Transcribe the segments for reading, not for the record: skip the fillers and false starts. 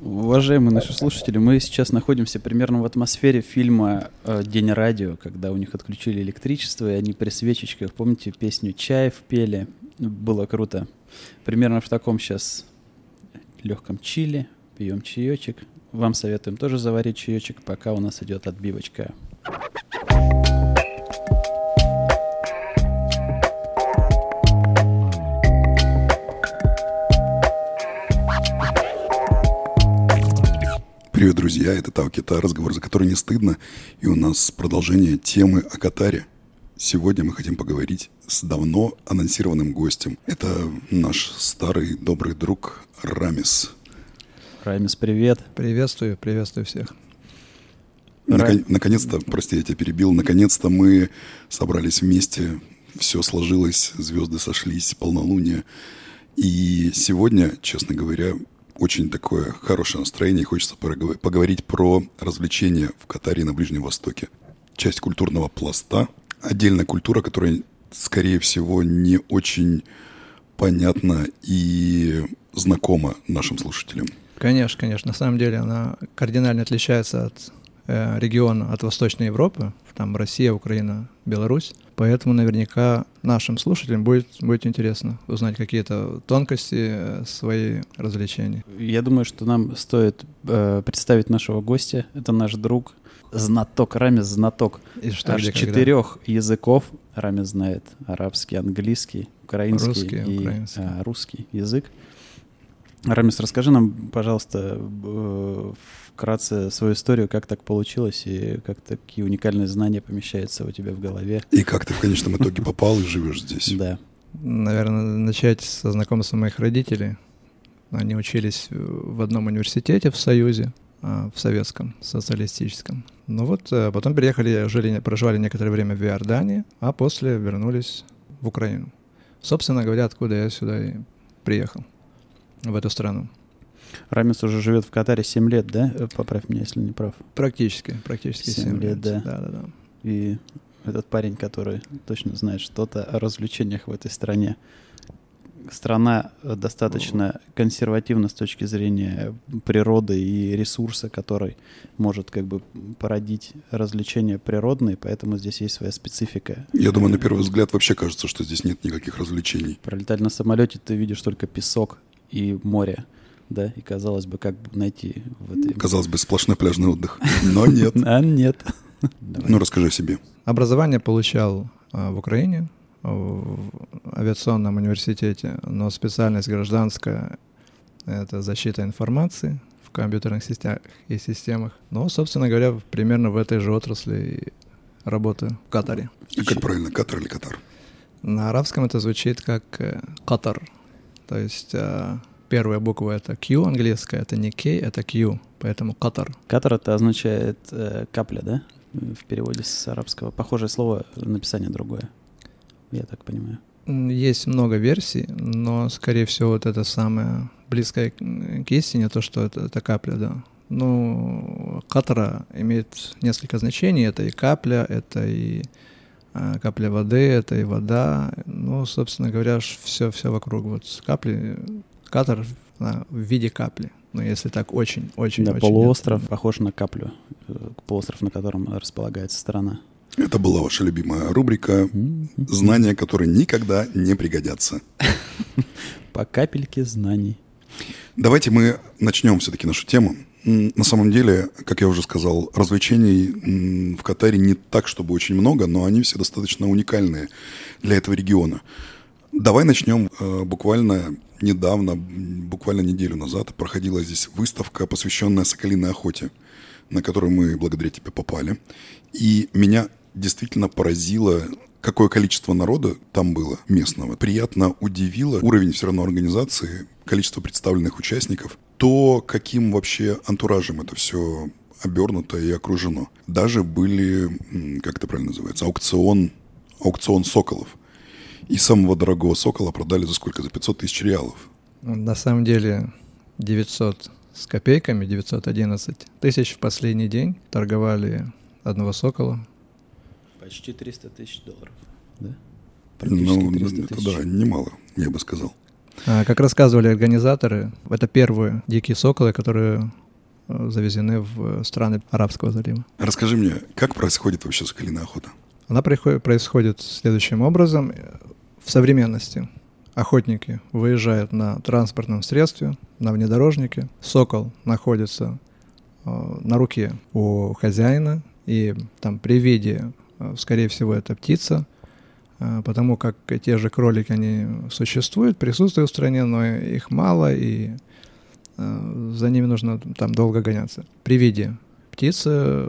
Уважаемые наши слушатели, мы сейчас находимся примерно в атмосфере фильма «День радио», когда у них отключили электричество, и они при свечечках, помните, песню «Чаев» пели? Было круто. Примерно в таком сейчас легком чиле, пьем чаечек. Вам советуем тоже заварить чаечек, пока у нас идет отбивочка. Привет, друзья, это Тау Кита, разговор, за который не стыдно, и у нас продолжение темы о Катаре. Сегодня мы хотим поговорить с давно анонсированным гостем. Это наш старый добрый друг Рамис. Рамис, привет. Приветствую всех. Наконец-то, прости, я тебя перебил, наконец-то мы собрались вместе, все сложилось, звезды сошлись, полнолуние. И сегодня, честно говоря, очень такое хорошее настроение, и хочется поговорить про развлечения в Катаре и на Ближнем Востоке. Часть культурного пласта, отдельная культура, которая, скорее всего, не очень понятна и знакома нашим слушателям. Конечно. На самом деле она кардинально отличается от региона, от Восточной Европы. Там Россия, Украина, Беларусь. Поэтому наверняка нашим слушателям будет интересно узнать какие-то тонкости своих развлечений. Я думаю, что нам стоит представить нашего гостя. Это наш друг, знаток, Рамис знаток аж 4 языков. Рамис знает арабский, английский, украинский и русский язык. Рамис, расскажи нам, пожалуйста, вкратце свою историю, как так получилось и как такие уникальные знания помещаются у тебя в голове. И как ты в конечном итоге попал и живешь здесь. Да. Наверное, начать со знакомства моих родителей. Они учились в одном университете в Союзе, в советском, социалистическом. Ну вот, потом переехали, проживали некоторое время в Иордании, а после вернулись в Украину. Собственно говоря, откуда я сюда и приехал, в эту страну. Рамис уже живет в Катаре 7 лет, да? Поправь меня, если не прав. Практически 7 лет. Да. И этот парень, который точно знает что-то о развлечениях в этой стране. Страна достаточно консервативна с точки зрения природы и ресурса, который может как бы породить развлечения природные, поэтому здесь есть своя специфика. Я думаю, на первый взгляд вообще кажется, что здесь нет никаких развлечений. Пролетать на самолете, ты видишь только песок и море. Да, и казалось бы, как бы найти в этой... Казалось бы, сплошной пляжный отдых, но нет. Нет. Ну, расскажи о себе. Образование получал в Украине, в авиационном университете, но специальность гражданская — это защита информации в компьютерных системах. Но, собственно говоря, примерно в этой же отрасли работаю в Катаре. А как правильно, Катар или Катар? На арабском это звучит как Катар, то есть... Первая буква — это Q английская, это не K, это Q, поэтому Катар. Катар — это означает капля, да? В переводе с арабского. Похожее слово, написание другое, я так понимаю. Есть много версий, но, скорее всего, вот это самое близкое к истине, то, что это капля, да. Ну, Катара имеет несколько значений. Это и капля, это и капля воды, это и вода. Ну, собственно говоря, все вокруг. Вот капли... Катар в виде капли, но если так очень. Да, полуостров похож на каплю, полуостров, на котором располагается страна. Это была ваша любимая рубрика «Знания, которые никогда не пригодятся». По капельке знаний. Давайте мы начнем все-таки нашу тему. На самом деле, как я уже сказал, развлечений в Катаре не так, чтобы очень много, но они все достаточно уникальные для этого региона. Давай начнем буквально недавно, буквально неделю назад, проходила здесь выставка, посвященная соколиной охоте, на которую мы благодаря тебе попали. И меня действительно поразило, какое количество народа там было местного. Приятно удивило уровень все равно организации, количество представленных участников, то, каким вообще антуражем это все обернуто и окружено. Даже были, как это правильно называется, аукцион соколов. И самого дорогого сокола продали за сколько? За 500 тысяч реалов. На самом деле 900 с копейками, 911 тысяч в последний день торговали одного сокола. Почти $300 000, да? Ну, это да, немало, я бы сказал. Как рассказывали организаторы, это первые дикие соколы, которые завезены в страны Арабского залива. Расскажи мне, как происходит вообще соколиная охота? Она происходит следующим образом. В современности охотники выезжают на транспортном средстве, на внедорожнике. Сокол находится на руке у хозяина, и там при виде, скорее всего, это птица, потому как те же кролики, они существуют, присутствуют в стране, но их мало, и за ними нужно там долго гоняться. При виде птицы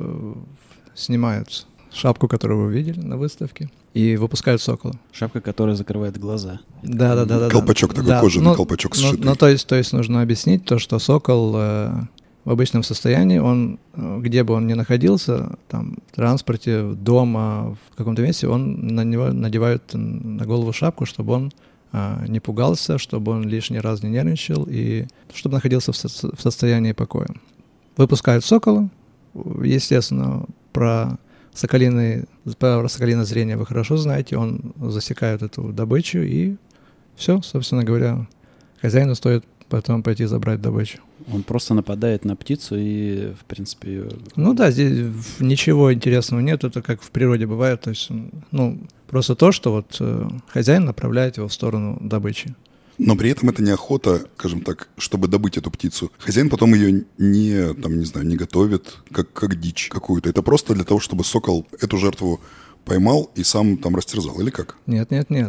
снимают шапку, которую вы видели на выставке, и выпускают сокола. Шапка, которая закрывает глаза. Да. Колпачок такой, кожаный колпачок сшитый. То есть нужно объяснить то, что сокол в обычном состоянии, он, где бы он ни находился, там, в транспорте, дома, в каком-то месте, он на него надевает на голову шапку, чтобы он не пугался, чтобы он лишний раз не нервничал и чтобы находился в состоянии покоя. Выпускают сокола. Естественно, про соколиное зрение вы хорошо знаете. Он засекает эту добычу, и все, собственно говоря, хозяину стоит потом пойти забрать добычу. Он просто нападает на птицу и, в принципе, ее... Ну да, здесь ничего интересного нет, это как в природе бывает. То есть, просто то, что вот хозяин направляет его в сторону добычи. Но при этом это не охота, скажем так, чтобы добыть эту птицу. Хозяин потом ее не готовит, как дичь какую-то. Это просто для того, чтобы сокол эту жертву поймал и сам там растерзал, или как? Нет.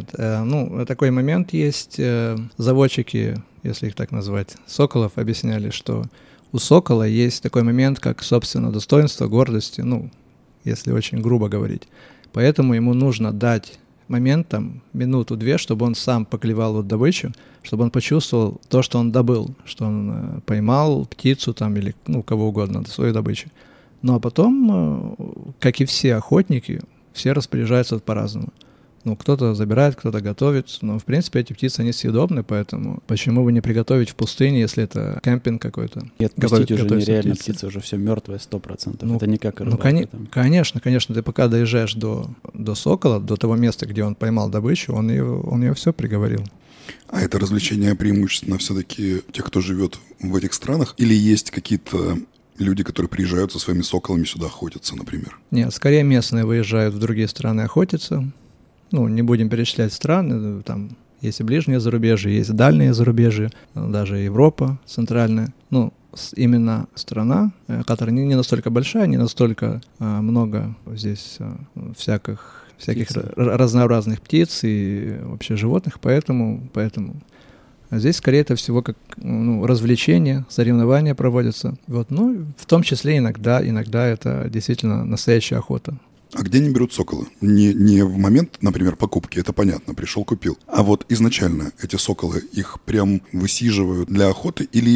Такой момент есть. Заводчики, если их так назвать, соколов, объясняли, что у сокола есть такой момент, как, собственно, достоинство, гордость, если очень грубо говорить. Поэтому ему нужно дать момент, минуту-две, чтобы он сам поклевал вот добычу, чтобы он почувствовал то, что он добыл, что он поймал птицу или кого угодно, свою добычу. Ну а потом, как и все охотники, все распоряжаются по-разному. Кто-то забирает, кто-то готовит, но, в принципе, эти птицы, они съедобны, поэтому почему бы не приготовить в пустыне, если это кемпинг какой-то? И отпустить уже нереально, птица уже все мертвая 100%. Это не как рыбалка. Конечно, ты пока доезжаешь до сокола, до того места, где он поймал добычу, он ее все приговорил. А это развлечение преимущественно все-таки тех, кто живет в этих странах, или есть какие-то люди, которые приезжают со своими соколами сюда охотятся, например? Нет, скорее местные выезжают в другие страны охотиться. Не будем перечислять страны, там есть и ближнее зарубежье, есть и дальнее зарубежье, даже Европа центральная. Именно страна, которая не настолько большая, не настолько много здесь всяких разнообразных птиц и вообще животных, поэтому здесь скорее это всего как развлечение, соревнования проводятся. В том числе иногда это действительно настоящая охота. А где они берут соколы? Не в момент, например, покупки, это понятно, пришел, купил. А вот изначально эти соколы, их прям высиживают для охоты или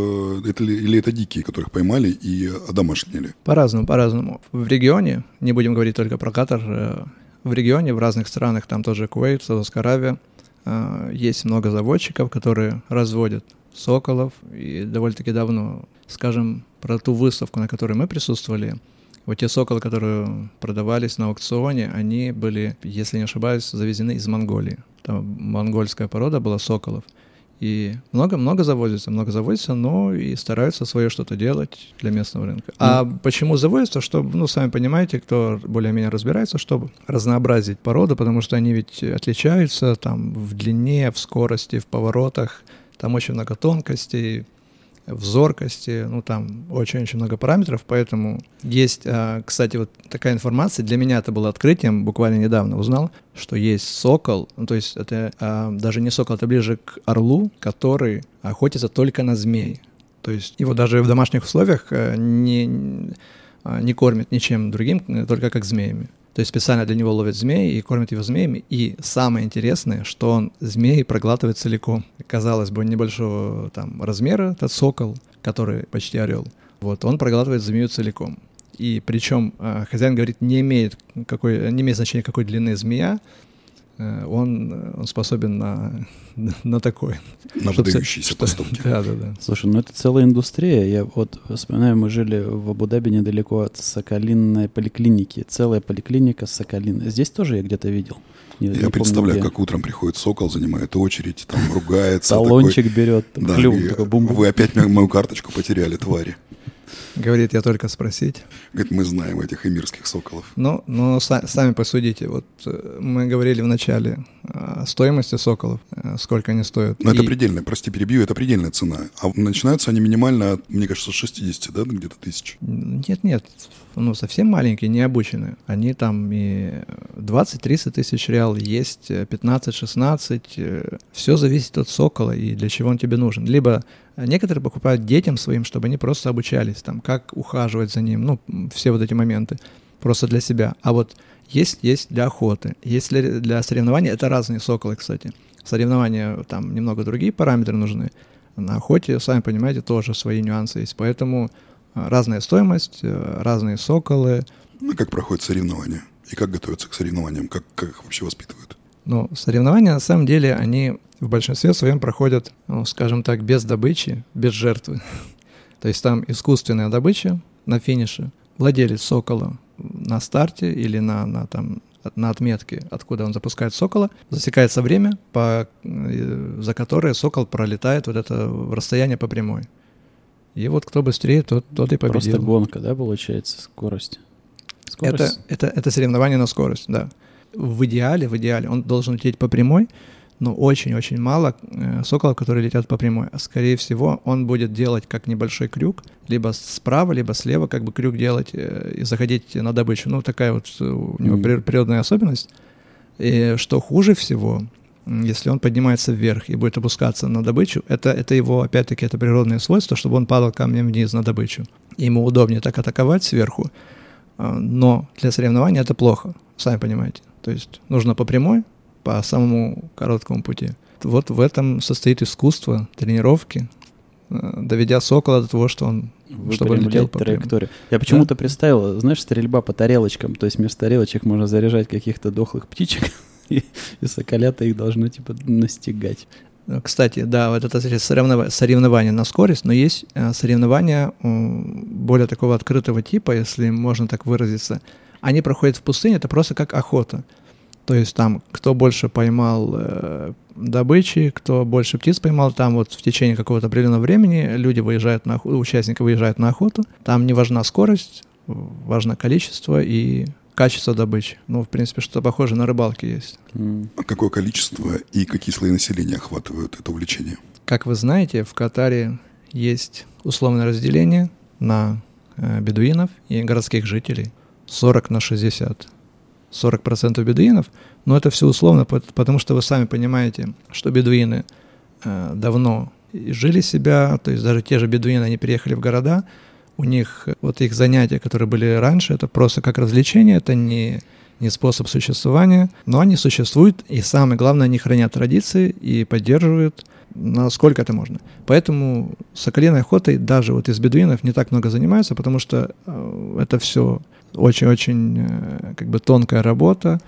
это дикие, которых поймали и одомашнили? По-разному. В регионе, не будем говорить только про Катар, в регионе, в разных странах, там тоже Кувейт, Саудовская Аравия, есть много заводчиков, которые разводят соколов. И довольно-таки давно, скажем, про ту выставку, на которой мы присутствовали, вот те соколы, которые продавались на аукционе, они были, если не ошибаюсь, завезены из Монголии. Там монгольская порода была соколов. И много завозится, но и стараются свое что-то делать для местного рынка. А почему завозятся? Чтобы, сами понимаете, кто более-менее разбирается, чтобы разнообразить породу, потому что они ведь отличаются там в длине, в скорости, в поворотах, там очень много тонкостей, в зоркости, там очень-очень много параметров, поэтому есть, кстати, вот такая информация, для меня это было открытием, буквально недавно узнал, что есть сокол, то есть это даже не сокол, это ближе к орлу, который охотится только на змей, то есть его даже в домашних условиях не кормят ничем другим, только как змеями. То есть специально для него ловят змеи и кормят его змеями. И самое интересное, что он змеи проглатывает целиком. Казалось бы, небольшого размера, этот сокол, который почти орел, он проглатывает змею целиком. И причем хозяин говорит, не имеет значения, какой длины змея. он способен на такое. На выдающиеся поступки. Да. Слушай, ну это целая индустрия. Я вот вспоминаю, мы жили в Абу-Даби недалеко от Соколиной поликлиники. Целая поликлиника Соколин. Здесь тоже я где-то видел. Я представляю, как утром приходит сокол, занимает очередь, там ругается. Талончик берет, клюв, такой бум-бум. Вы опять мою карточку потеряли, твари. Говорит, я только спросить. Говорит, мы знаем этих эмирских соколов. Ну, сами посудите. Вот мы говорили в начале о стоимости соколов, сколько они стоят. Но это предельная, прости, перебью, это предельная цена. А начинаются они минимально от, мне кажется, 60, да, где-то тысяч? Нет, ну, совсем маленькие, необученные. Они там и 20-30 тысяч реал, есть 15-16. Все зависит от сокола и для чего он тебе нужен. Либо некоторые покупают детям своим, чтобы они просто обучались, там, как ухаживать за ним, ну, все вот эти моменты, просто для себя. А вот есть для охоты, есть для соревнований, это разные соколы, кстати. Соревнования, там немного другие параметры нужны. На охоте, сами понимаете, тоже свои нюансы есть, поэтому разная стоимость, разные соколы. Ну, как проходят соревнования? И как готовятся к соревнованиям? Как их вообще воспитывают? Ну, соревнования, на самом деле, они в большинстве своем проходят, ну, скажем так, без добычи, без жертвы. То есть там искусственная добыча на финише. Владелец сокола на старте или на отметке, откуда он запускает сокола, засекается время, за которое сокол пролетает вот это расстояние по прямой. И вот кто быстрее, тот и победил. Просто гонка, да, получается, скорость? Это соревнование на скорость, да. В идеале он должен лететь по прямой, но очень-очень мало соколов, которые летят по прямой. А скорее всего, он будет делать как небольшой крюк, либо справа, либо слева, как бы крюк делать и заходить на добычу. Ну, такая вот у него природная особенность. И что хуже всего, если он поднимается вверх и будет опускаться на добычу, это его, опять-таки, это природное свойство, чтобы он падал камнем вниз на добычу. Ему удобнее так атаковать сверху, но для соревнования это плохо, сами понимаете. То есть нужно по прямой, по самому короткому пути. Вот в этом состоит искусство тренировки, доведя сокола до того, что он чтобы он летел по траекторию. Я почему-то представил, знаешь, стрельба по тарелочкам, то есть вместо тарелочек можно заряжать каких-то дохлых птичек, и соколята их должны типа настигать. Кстати, да, вот это соревнования на скорость, но есть соревнования более такого открытого типа, если можно так выразиться. Они проходят в пустыне, это просто как охота. То есть там, кто больше поймал добычи, кто больше птиц поймал, там вот в течение какого-то определенного времени участники выезжают на охоту. Там не важна скорость, важно количество и качество добычи. Ну, в принципе, что-то похожее на рыбалке есть. А какое количество и какие слои населения охватывают это увлечение? Как вы знаете, в Катаре есть условное разделение на бедуинов и городских жителей. 40/60. 40% бедуинов, но это все условно, потому что вы сами понимаете, что бедуины давно жили себя, то есть даже те же бедуины, они переехали в города, у них вот их занятия, которые были раньше, это просто как развлечение, это не способ существования, но они существуют, и самое главное, они хранят традиции и поддерживают, насколько это можно. Поэтому соколиной охотой даже вот из бедуинов не так много занимаются, потому что это все очень-очень как бы тонкая работа,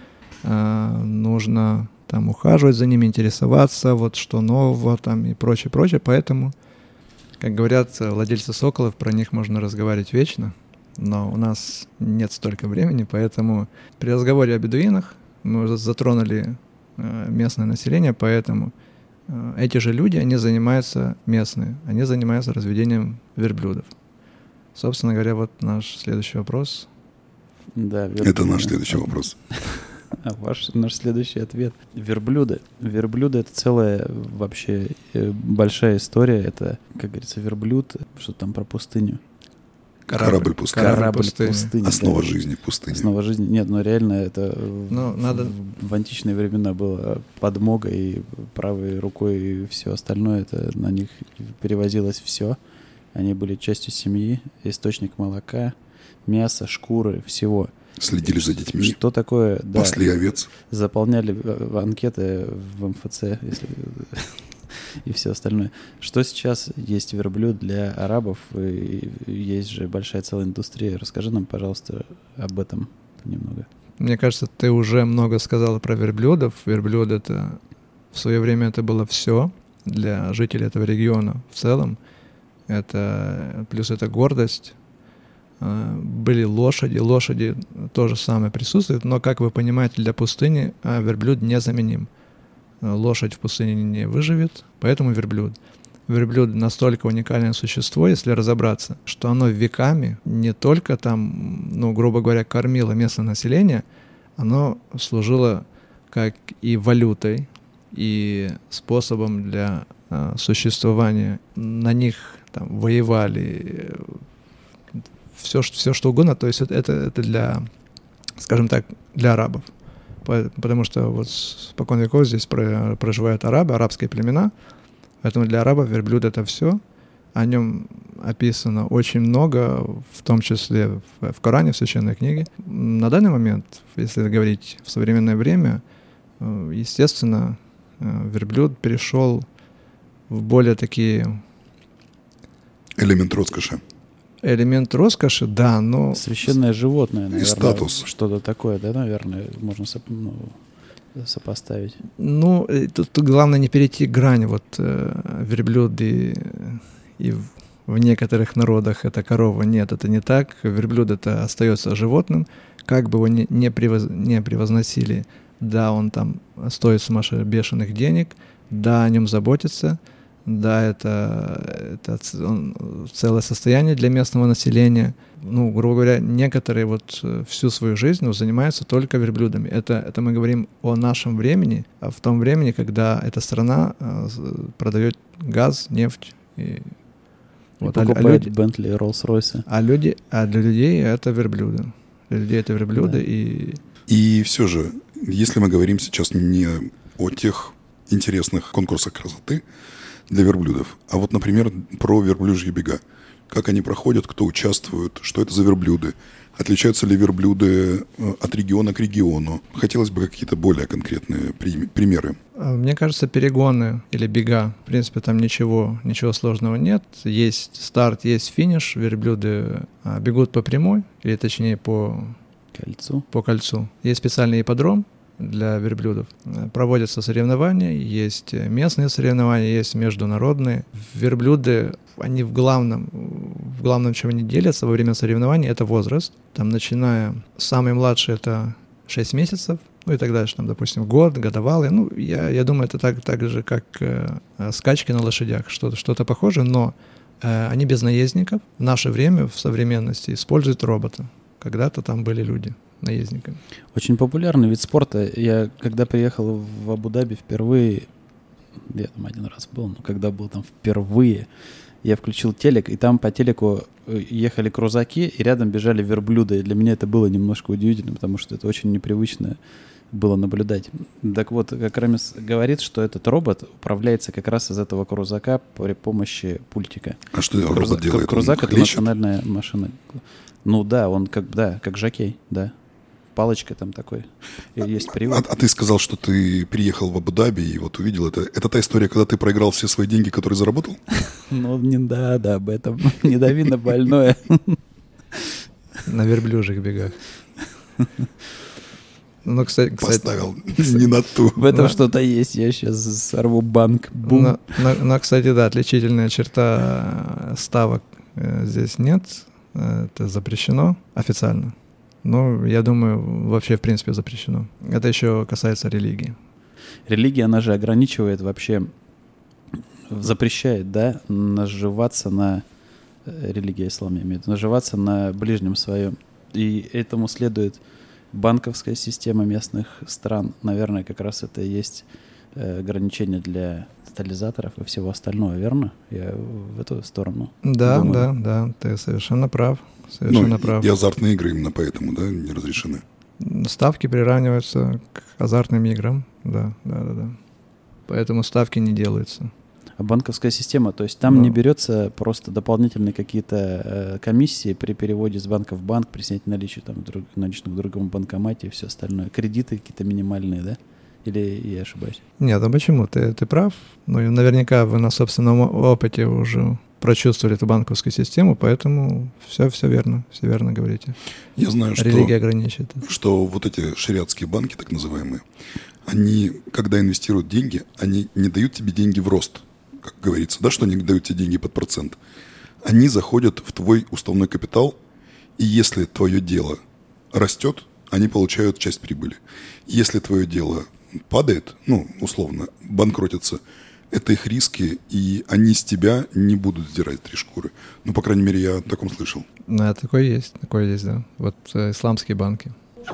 нужно там ухаживать за ними, интересоваться, вот что нового там и прочее, поэтому, как говорят владельцы соколов, про них можно разговаривать вечно, но у нас нет столько времени, поэтому при разговоре о бедуинах мы уже затронули местное население, поэтому эти же люди, они занимаются местные, они занимаются разведением верблюдов. Собственно говоря, вот наш следующий вопрос. Да, это наш следующий вопрос. А наш следующий ответ. Верблюды. Верблюды — это целая вообще большая история. Это, как говорится, верблюд. Что там про пустыню? Корабль пустыни. Основа жизни в пустыне. Основа жизни. Нет, но реально это в античные времена было подмога, и правой рукой и все остальное. Это на них перевозилось все. Они были частью семьи, источник молока, мяса, шкуры, всего. Следили за детьми. Что такое? Пасли овец. Заполняли анкеты в МФЦ, и все остальное. Что сейчас есть верблюд для арабов, и есть же большая целая индустрия. Расскажи нам, пожалуйста, об этом немного. Мне кажется, ты уже много сказал про верблюдов. Верблюд — это в свое время это было все для жителей этого региона в целом. Это плюс это гордость. Были лошади тоже самое присутствует, но, как вы понимаете, для пустыни верблюд незаменим. Лошадь в пустыне не выживет, поэтому верблюд. Верблюд настолько уникальное существо, если разобраться, что оно веками не только там, грубо говоря, кормило местное население, оно служило как и валютой, и способом для существования. На них там воевали, все что угодно, то есть это для, скажем так, для арабов. Потому что вот спокон веков здесь проживают арабы, арабские племена, поэтому для арабов верблюд — это все. О нем описано очень много, в том числе в Коране, в Священной книге. На данный момент, если говорить в современное время, естественно, верблюд перешел в более такие... Элемент роскоши. Элемент роскоши, да, но... Священное животное, наверное. И статус. Что-то такое, да, наверное, можно сопоставить. Тут главное не перейти грань. Вот верблюды и в некоторых народах это корова. Нет, это не так. Верблюд — это остается животным. Как бы его не превозносили, да, он там стоит сумасшедших бешеных денег, да, о нем заботятся, да, это целое состояние для местного населения. Грубо говоря, некоторые вот всю свою жизнь занимаются только верблюдами. Это мы говорим о нашем времени, а в том времени, когда эта страна продает газ, нефть. И покупает Бентли и Роллс-Ройсы. А для людей это верблюды. Для людей это верблюды. Да. И все же, если мы говорим сейчас не о тех интересных конкурсах красоты для верблюдов, а вот, например, про верблюжьи бега. Как они проходят, кто участвует, что это за верблюды, отличаются ли верблюды от региона к региону. Хотелось бы какие-то более конкретные примеры. Мне кажется, перегоны или бега, в принципе, там ничего сложного нет. Есть старт, есть финиш. Верблюды бегут по прямой, или точнее по кольцу. Есть специальный ипподром для верблюдов. Проводятся соревнования, есть местные соревнования, есть международные. Верблюды, они в главном, чем они делятся во время соревнований, это возраст. Там, начиная, самый младший — это 6 месяцев, и так дальше, там, допустим, год, годовалый. Я думаю, это так же, как скачки на лошадях, что-то похожее, но они без наездников. В наше время, в современности, используют робота. Когда-то там были люди наездниками. Очень популярный вид спорта. Я, когда приехал в Абу-Даби впервые, я там один раз был, но когда был там впервые, я включил телек, и там по телеку ехали крузаки, и рядом бежали верблюды. И для меня это было немножко удивительно, потому что это очень непривычно было наблюдать. Так вот, как Рамис говорит, что этот робот управляется как раз из этого крузака при помощи пультика. А что робот делает? Крузак — это национальная машина. Он как жокей, да. Палочка там такой. И есть привод. А ты сказал, что ты приехал в Абу-Даби и вот увидел это. Это та история, когда ты проиграл все свои деньги, которые заработал? Да, об этом. Не дави на больное. На верблюжьих бегах. Кстати, поставил не на ту. В этом что-то есть. Я сейчас сорву банк. Бум. Кстати, да, отличительная черта ставок здесь нет. Это запрещено официально. Я думаю, вообще в принципе запрещено. Это еще касается религии. Религия, она же ограничивает вообще, запрещает, да, наживаться на религии ислама, наживаться на ближнем своем. И этому следует банковская система местных стран. Наверное, как раз это и есть ограничение для тотализаторов и всего остального, верно? Я в эту сторону думаю. Да, ты совершенно прав. Прав. И азартные игры именно поэтому, да, не разрешены. Ставки приравниваются к азартным играм, да. Поэтому ставки не делаются. А банковская система, то есть там не берется просто дополнительные какие-то комиссии при переводе с банка в банк, при снятии наличия наличных в другом банкомате и все остальное. Кредиты какие-то минимальные, да? Или я ошибаюсь? Нет, а почему? Ты прав. Наверняка вы на собственном опыте уже прочувствовали эту банковскую систему, поэтому все верно говорите. Я знаю, религия ограничивает. Что вот эти шариатские банки, так называемые, они, когда инвестируют деньги, они не дают тебе деньги в рост, как говорится, да, что они дают тебе деньги под процент. Они заходят в твой уставной капитал, и если твое дело растет, они получают часть прибыли. Если твое дело падает, условно, банкротится, это их риски, и они с тебя не будут сдирать 3 шкуры. По крайней мере, я о таком слышал. Да, такое есть, да. Вот исламские банки.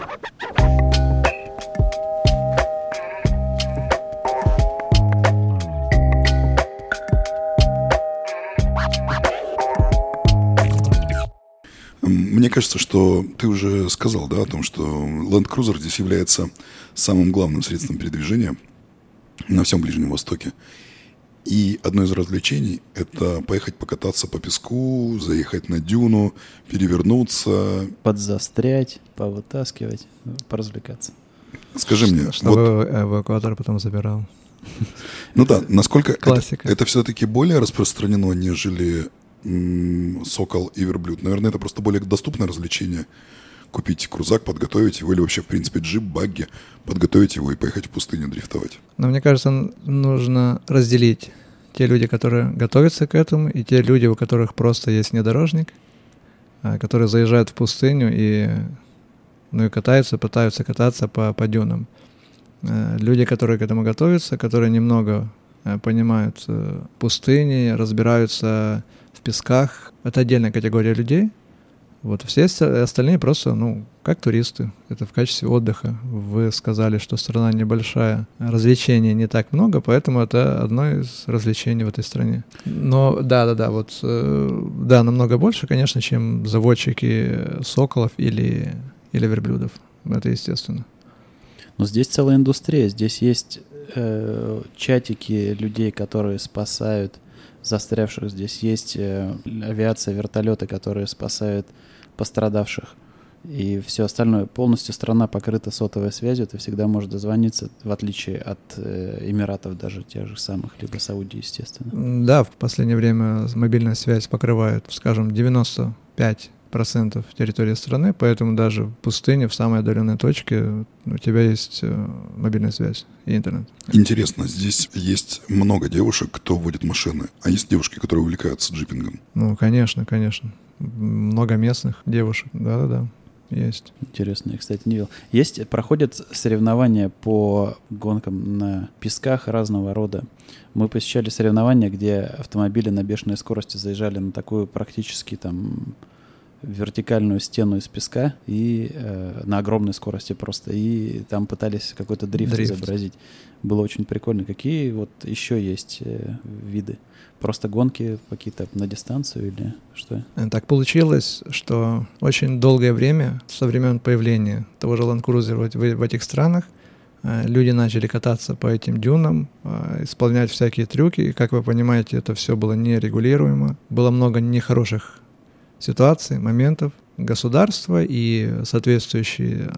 Мне кажется, что ты уже сказал, да, о том, что Land Cruiser здесь является самым главным средством передвижения на всем Ближнем Востоке. И одно из развлечений – это поехать покататься по песку, заехать на дюну, перевернуться. Подзастрять, повытаскивать, поразвлекаться. Скажи мне. Чтобы эвакуатор потом забирал. Насколько Классика. Это все-таки более распространено, нежели сокол и верблюд? Наверное, это просто более доступное развлечение. Купить крузак, подготовить его, или вообще, в принципе, джип, багги, подготовить его и поехать в пустыню дрифтовать. Но мне кажется, нужно разделить те люди, которые готовятся к этому, и те люди, у которых просто есть внедорожник, которые заезжают в пустыню и катаются, пытаются кататься по дюнам. Люди, которые к этому готовятся, которые немного понимают пустыни, разбираются в песках, это отдельная категория людей. Вот все остальные просто, как туристы. Это в качестве отдыха. Вы сказали, что страна небольшая, развлечений не так много, поэтому это одно из развлечений в этой стране. Но намного больше, конечно, чем заводчики соколов или верблюдов. Это естественно. Но здесь целая индустрия. Здесь есть чатики людей, которые спасают застрявших. Здесь есть авиация, вертолеты, которые спасают пострадавших. И все остальное. Полностью страна покрыта сотовой связью. Ты всегда можешь дозвониться, в отличие от Эмиратов, даже тех же самых, либо Саудии, естественно. Да, в последнее время мобильная связь покрывает, скажем, 95% территории страны, поэтому даже в пустыне, в самой отдаленной точке у тебя есть мобильная связь и интернет. Интересно, здесь есть много девушек, кто водит машины, а есть девушки, которые увлекаются джипингом? Конечно. Много местных девушек, да, есть. Интересно, я, кстати, не видел. Проходят соревнования по гонкам на песках разного рода. Мы посещали соревнования, где автомобили на бешеной скорости заезжали на такую практически вертикальную стену из песка и на огромной скорости просто. И там пытались какой-то дрифт изобразить. Было очень прикольно. Какие еще есть виды? Просто гонки какие-то на дистанцию или что? Так получилось, что очень долгое время, со времен появления того же Land Cruiser в этих странах, люди начали кататься по этим дюнам, исполнять всякие трюки. И, как вы понимаете, это все было нерегулируемо. Было много нехороших ситуаций, моментов. Государство и соответствующие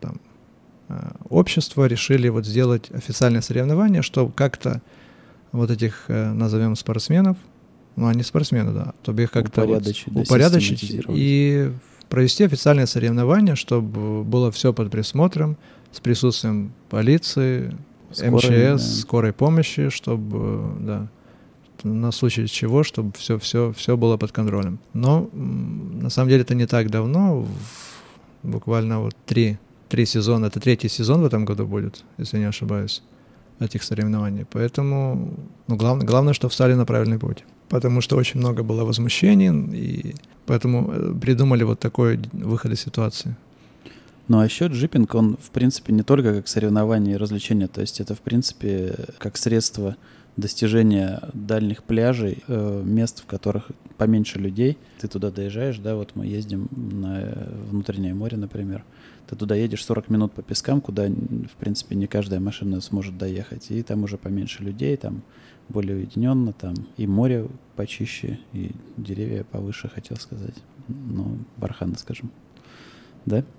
общества решили сделать официальное соревнование, чтобы как-то этих, назовем, спортсменов, они спортсмены, да, чтобы их как-то упорядочить и провести официальное соревнование, чтобы было все под присмотром, с присутствием полиции, МЧС, скорой помощи, чтобы, на случай чего, чтобы все было под контролем. Но на самом деле это не так давно, буквально 3 сезона, это 3-й сезон в этом году будет, если не ошибаюсь, этих соревнований. Поэтому главное, что встали на правильный путь. Потому что очень много было возмущений, и поэтому придумали такой выход из ситуации. Ну а еще джипинг, он в принципе не только как соревнование и развлечение, то есть это в принципе как средство достижения дальних пляжей, мест, в которых поменьше людей. Ты туда доезжаешь, мы ездим на внутреннее море, например. Ты туда едешь 40 минут по пескам, куда, в принципе, не каждая машина сможет доехать. И там уже поменьше людей, там более уединенно, там и море почище, и деревья повыше, хотел сказать. Барханы, скажем. Да?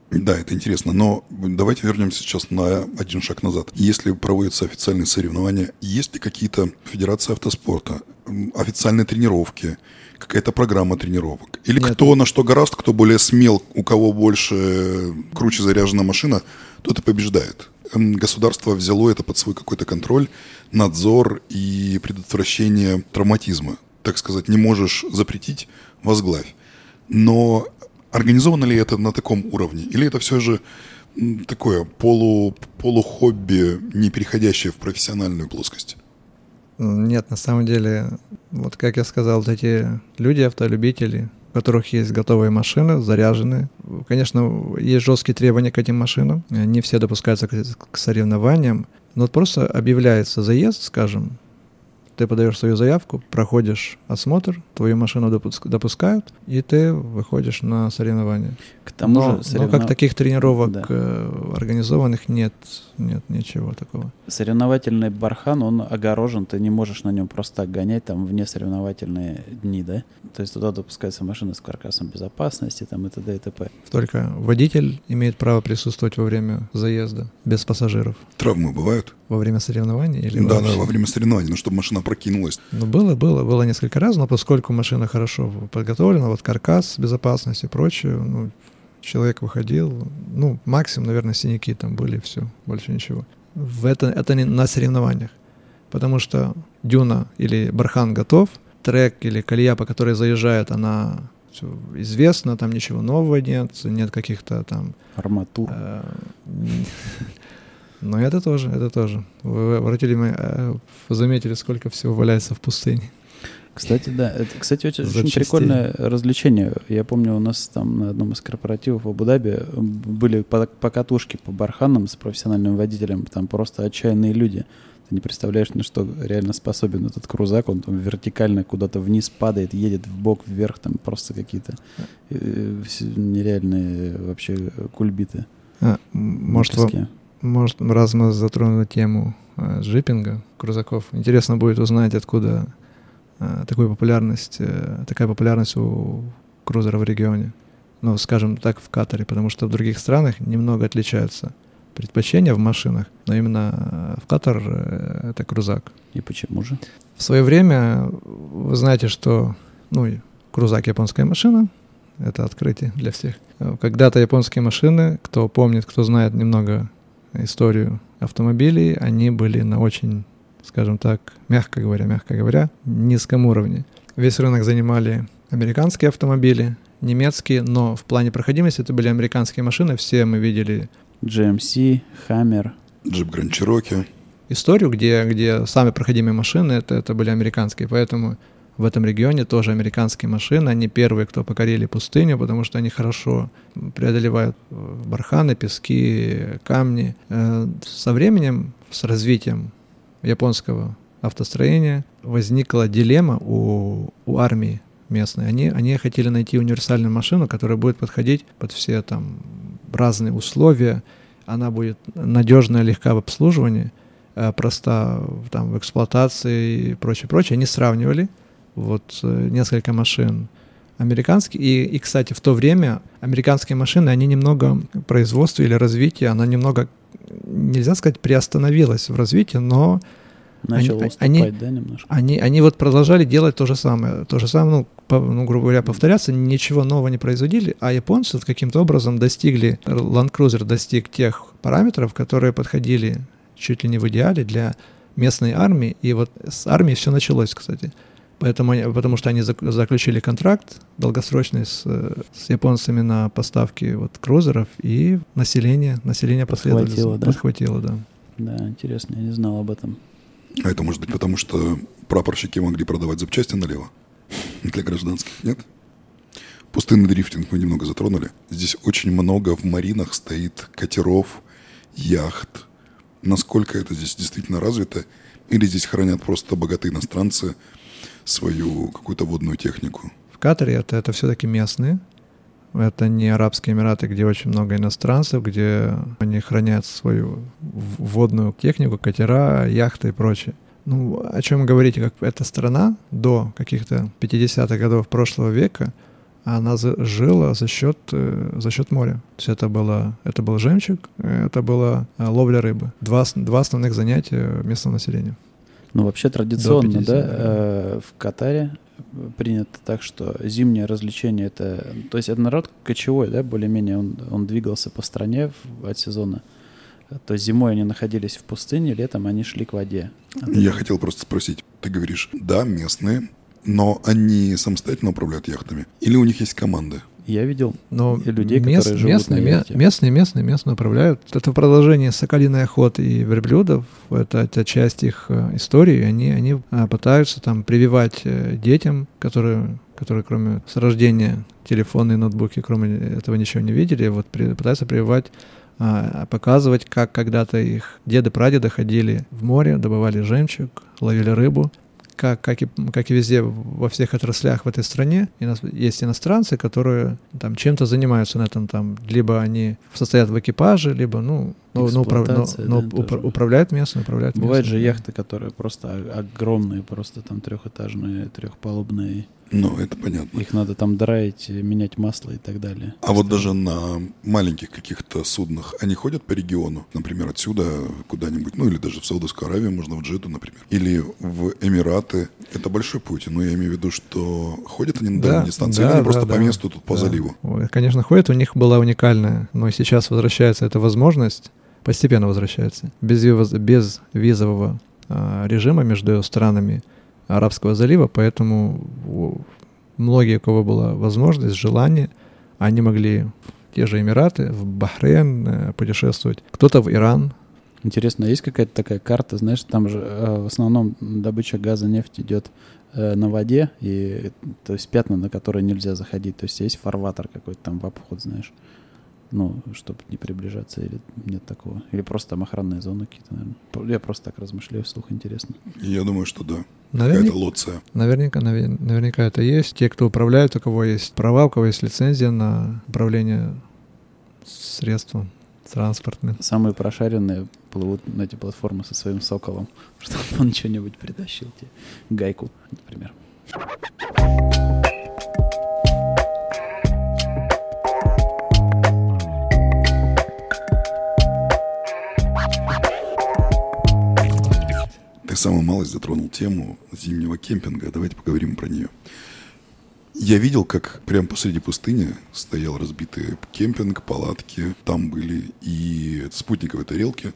Да, это интересно, но давайте вернемся сейчас на один шаг назад. Если проводятся официальные соревнования, есть ли какие-то федерации автоспорта, официальные тренировки, какая-то программа тренировок? Или нет, кто на что гораст, кто более смел, у кого больше круче заряжена машина, тот и побеждает? Государство взяло это под свой какой-то контроль, надзор и предотвращение травматизма. Так сказать, не можешь запретить — возглавь. Но организовано ли это на таком уровне? Или это все же такое полухобби, не переходящее в профессиональную плоскость? Нет, на самом деле, вот как я сказал, вот эти люди, автолюбители, у которых есть готовые машины, заряженные. Конечно, есть жесткие требования к этим машинам. Не все допускаются к соревнованиям. Но вот просто объявляется заезд, скажем, ты подаешь свою заявку, проходишь осмотр, твою машину допускают, и ты выходишь на соревнования. К тому же но как таких тренировок организованных нет ничего такого. Соревновательный бархан, он огорожен, ты не можешь на нем просто так гонять там вне соревновательные дни, да? То есть туда допускается машина с каркасом безопасности там и т.д. и т.п. Только водитель имеет право присутствовать во время заезда, без пассажиров. Травмы бывают? Во время соревнований? Или да, во время соревнований, чтобы машина прокинулась. Ну, было несколько раз, но поскольку машина хорошо подготовлена, вот каркас безопасности и прочее, человек выходил, максимум, наверное, синяки там были, все, больше ничего. Это не на соревнованиях, потому что дюна или бархан готов, трек или колея, по которой заезжает, она все известна, там ничего нового нет каких-то там... Арматур. Но это тоже. Вы заметили, сколько всего валяется в пустыне. Кстати, да. Это, очень прикольное развлечение. Я помню, у нас там на одном из корпоративов в Абу-Даби были покатушки по барханам с профессиональным водителем. Там просто отчаянные люди. Ты не представляешь, на что реально способен этот крузак. Он там вертикально куда-то вниз падает, едет вбок, вверх. Там просто какие-то нереальные вообще кульбиты. Может, раз мы затронули тему джипинга, крузаков, интересно будет узнать, откуда такая популярность у крузера в регионе. Скажем так, в Катаре, потому что в других странах немного отличаются предпочтения в машинах, но именно в Катар это крузак. И почему же? В свое время вы знаете, что крузак — японская машина. Это открытие для всех. Когда-то японские машины, кто помнит, кто знает немного историю автомобилей, они были на очень, скажем так, мягко говоря, низком уровне. Весь рынок занимали американские автомобили, немецкие, но в плане проходимости это были американские машины. Все мы видели GMC, Hammer, Jeep Grand Cherokee. Историю, где самые проходимые машины это были американские, поэтому в этом регионе тоже американские машины, они первые, кто покорили пустыню, потому что они хорошо преодолевают барханы, пески, камни. Со временем, с развитием японского автостроения возникла дилемма у армии местной. Они хотели найти универсальную машину, которая будет подходить под все там разные условия, она будет надежная, легка в обслуживании, проста там в эксплуатации и прочее. Они сравнивали несколько машин американских. И, кстати, в то время американские машины, они немного, производство или развитие, оно немного, нельзя сказать, приостановилось в развитии, но начало уступать, да, немножко? Они продолжали делать то же самое. Грубо говоря, повторяться, ничего нового не производили, а японцы каким-то образом Land Cruiser достиг тех параметров, которые подходили чуть ли не в идеале для местной армии. И вот с армией все началось, кстати. Потому что они заключили контракт долгосрочный с японцами на поставки крузеров, и население подхватило, да. Да, интересно, я не знал об этом. А это может быть потому, что прапорщики могли продавать запчасти налево для гражданских, нет? Пустынный дрифтинг мы немного затронули. Здесь очень много в маринах стоит катеров, яхт. Насколько это здесь действительно развито? Или здесь хранят просто богатые иностранцы свою какую-то водную технику? В Катаре это все-таки местные. Это не Арабские Эмираты, где очень много иностранцев, где они хранят свою водную технику, катера, яхты и прочее. О чем говорить, как эта страна до каких-то 50-х годов прошлого века, она жила за счет моря. То есть это был жемчуг, это была ловля рыбы. Два основных занятия местного населения. Ну, вообще традиционно, да, в Катаре принято так, что зимнее развлечение это... То есть это народ кочевой, да, более-менее он двигался по стране от сезона. То есть зимой они находились в пустыне, летом они шли к воде. Я хотел просто спросить, ты говоришь, да, местные, но они самостоятельно управляют яхтами? Или у них есть команды? Я видел людей, которые живут на яхте. Местные управляют. Это продолжение соколиной охоты и верблюдов. Это часть их истории. Они пытаются там прививать детям, которые кроме с рождения телефоны и ноутбуки, кроме этого ничего не видели, вот пытаются прививать, показывать, как когда-то их деды-прадеды ходили в море, добывали жемчуг, ловили рыбу. Как и везде, во всех отраслях в этой стране, есть иностранцы, которые там чем-то занимаются на этом, там, либо они состоят в экипаже, либо, управляют местные, Бывают же яхты, которые просто огромные, просто там трехэтажные, трехпалубные. Ну, это понятно. Их надо там драить, менять масло и так далее. А вот даже на маленьких каких-то суднах они ходят по региону, например, отсюда куда-нибудь, или даже в Саудовскую Аравию, можно в Джидду, например, или в Эмираты. Это большой путь, но я имею в виду, что ходят они на дальние дистанции, или они просто по месту тут по заливу? Конечно, ходят, у них была уникальная, но сейчас возвращается эта возможность, постепенно возвращается, без визового режима между странами Арабского залива, поэтому многие, у кого была возможность, желание, они могли в те же Эмираты, в Бахрейн путешествовать, кто-то в Иран. Интересно, есть какая-то такая карта, знаешь, там же в основном добыча газа, нефти идет на воде, и, то есть пятна, на которые нельзя заходить, то есть есть фарватер какой-то там в обход, знаешь, чтобы не приближаться, или нет такого, или просто там охранные зоны какие-то, наверное. Я просто так размышляю, вслух, интересно. Я думаю, что да. Какая-то лоция. Наверняка это есть. Те, кто управляет, у кого есть права, у кого есть лицензия на управление средством транспортным. Самые прошаренные плывут на эти платформы со своим соколом, чтобы он что-нибудь притащил тебе. Гайку, например. Ты самую малость затронул тему зимнего кемпинга. Давайте поговорим про нее. Я видел, как прямо посреди пустыни стоял разбитый кемпинг, палатки. Там были и спутниковые тарелки,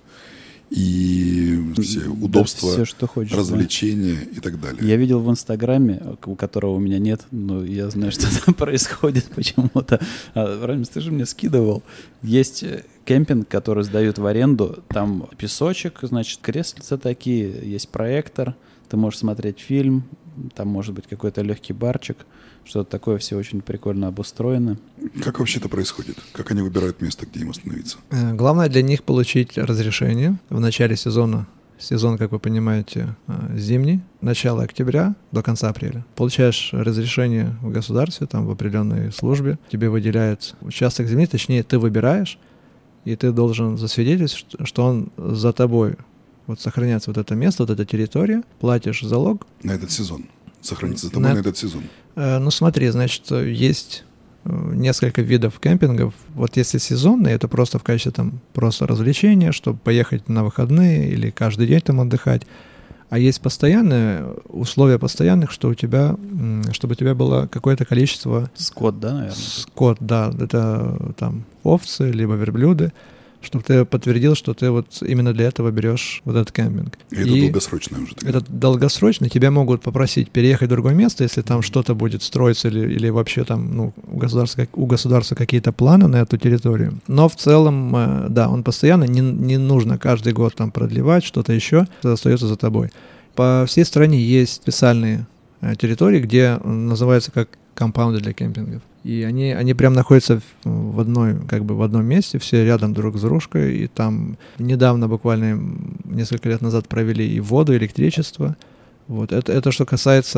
и все удобства, все, что хочешь, развлечения, да, и так далее. Я видел в Инстаграме, у которого у меня нет, но я знаю, что там происходит почему-то. Рамис, ты же мне скидывал. Есть кемпинг, который сдают в аренду. Там песочек, значит, креслица такие, есть проектор. Ты можешь смотреть фильм, там может быть какой-то легкий барчик. Что-то такое, все очень прикольно обустроено. Как вообще это происходит? Как они выбирают место, где им остановиться? Главное для них получить разрешение в начале сезона. Сезон, как вы понимаете, зимний, начало октября до конца апреля. Получаешь разрешение в государстве, там в определенной службе. Тебе выделяют участок земли, точнее, ты выбираешь, и ты должен засвидетельствовать, что он за тобой. Вот сохраняется вот это место, вот эта территория, платишь залог. На этот сезон. Сохранится за тобой на этот сезон. Смотри, значит, есть несколько видов кемпингов. Вот если сезонные, это просто в качестве там просто развлечения, чтобы поехать на выходные или каждый день там отдыхать. А есть постоянные, условия постоянных, что у тебя, чтобы у тебя было какое-то количество... Скот, да, наверное? Скот, да. Это там овцы, либо верблюды, чтобы ты подтвердил, что ты вот именно для этого берешь вот этот кемпинг. И это долгосрочное уже. Это долгосрочно. Тебя могут попросить переехать в другое место, если там что-то будет строиться или вообще там у государства какие-то планы на эту территорию. Но в целом, да, он постоянно, не нужно каждый год там продлевать, что-то еще, это остается за тобой. По всей стране есть специальные территории, где называются как компаунды для кемпингов. И они прям находятся в одном месте, все рядом друг с дружкой, и там недавно, буквально несколько лет назад, провели и воду, и электричество. Вот. Это что касается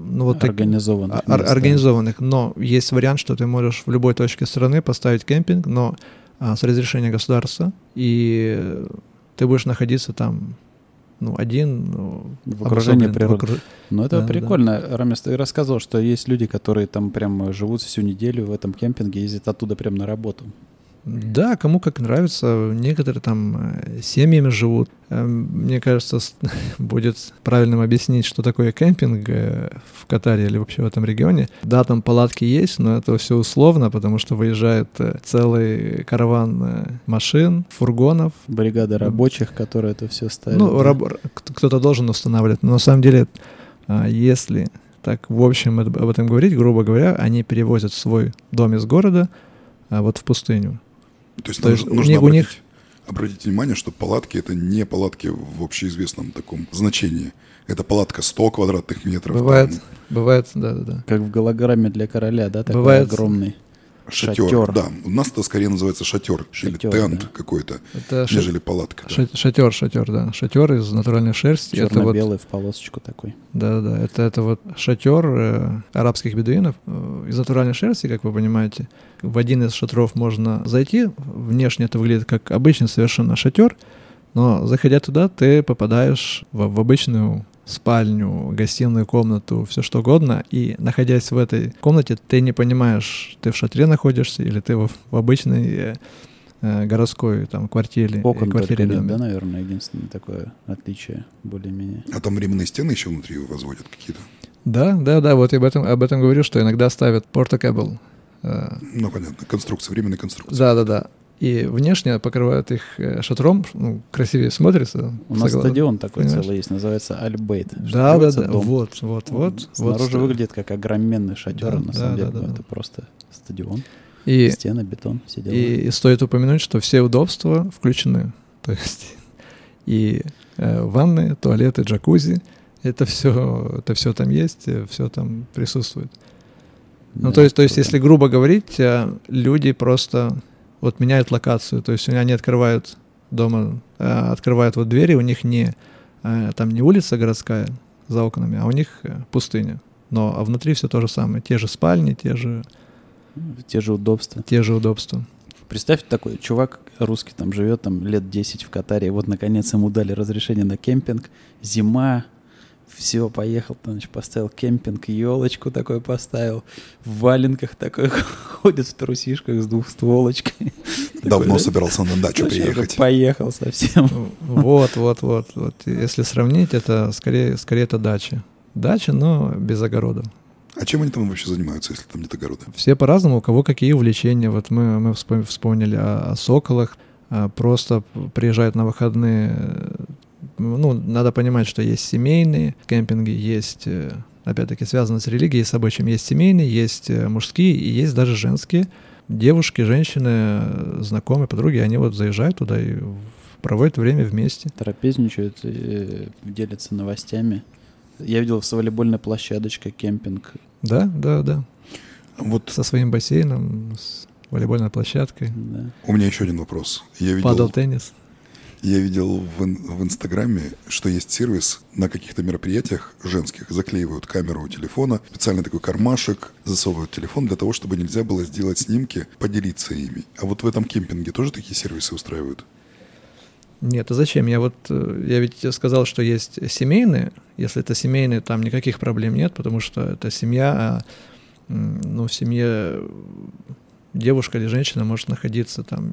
организованных. Но есть вариант, что ты можешь в любой точке страны поставить кемпинг, но с разрешения государства, и ты будешь находиться там один. В окружении природы. Ну, это прикольно. Да. Рамис, ты рассказывал, что есть люди, которые там прям живут всю неделю в этом кемпинге, ездят оттуда прям на работу. Да, кому как нравится. Некоторые там семьями живут. Мне кажется, будет правильным объяснить, что такое кемпинг в Катаре или вообще в этом регионе. Да, там палатки есть, но это все условно, потому что выезжает целый караван машин, фургонов. Бригада рабочих, которые это все ставят. Кто-то должен устанавливать. Но на самом деле, если так в общем об этом говорить, грубо говоря, они перевозят свой дом из города вот в пустыню. То есть нужно обратить внимание, что палатки — это не палатки в общеизвестном таком значении. Это палатка 100 квадратных метров. Бывает, да. Как в голограмме для короля, да, такой бывает, огромный. Шатер, да. У нас это скорее называется шатер или тент, да, какой-то, нежели палатка. Да. Шатер, да. Шатер из натуральной шерсти. Черно-белый в полосочку такой. Да. Это вот шатер арабских бедуинов из натуральной шерсти, как вы понимаете. В один из шатров можно зайти. Внешне это выглядит как обычный совершенно шатер, но заходя туда, ты попадаешь в обычную спальню, гостиную комнату, все что угодно, и находясь в этой комнате, ты не понимаешь, ты в шатре находишься или ты в обычной городской там квартире. Окон только нет, да, наверное, единственное такое отличие более-менее. А там временные стены еще внутри возводят какие-то? Да, вот я об этом говорю, что иногда ставят портакабл. Понятно, временная конструкция. Да. И внешне покрывают их шатром, красивее смотрится. У нас стадион такой целый есть, называется Аль-Бейт. Да. Вот. Снаружи выглядит как огроменный шатер, да, на самом деле. Это просто стадион. Стены, бетон, все дела. И стоит упомянуть, что все удобства включены. То есть и ванны, туалеты, джакузи, это все там есть, все там присутствует. Да, то есть, если грубо говорить, люди просто вот меняют локацию. То есть они открывают дома, открывают вот двери, у них там не улица городская за окнами, а у них пустыня. А внутри все то же самое. Те же спальни, те же удобства. Представь, такой чувак русский там живет там лет 10 в Катаре, и вот наконец ему дали разрешение на кемпинг. Зима. Все, поехал, значит, поставил кемпинг, елочку такой поставил, в валенках такой ходит в трусишках с двухстволочкой. Давно собирался на дачу приехать. Поехал совсем. Вот. Если сравнить, это скорее это дача. Дача, но без огорода. А чем они там вообще занимаются, если там нет огорода? Все по-разному, у кого какие увлечения. Вот мы вспомнили о соколах, просто приезжают на выходные. Надо понимать, что есть семейные кемпинги, есть, опять-таки, связаны с религией, с обычаем. Есть семейные, есть мужские и есть даже женские. Девушки, женщины, знакомые, подруги, они вот заезжают туда и проводят время вместе. Трапезничают, делятся новостями. Я видел с волейбольной площадочкой кемпинг. Да. Вот. Со своим бассейном, с волейбольной площадкой. Да. У меня еще один вопрос. Падл-теннис. Я видел в Инстаграме, что есть сервис на каких-то мероприятиях женских. Заклеивают камеру у телефона, специальный такой кармашек, засовывают телефон для того, чтобы нельзя было сделать снимки, поделиться ими. А вот в этом кемпинге тоже такие сервисы устраивают? Нет, а зачем? Я ведь сказал, что есть семейные. Если это семейные, там никаких проблем нет, потому что это семья, в семье девушка или женщина может находиться там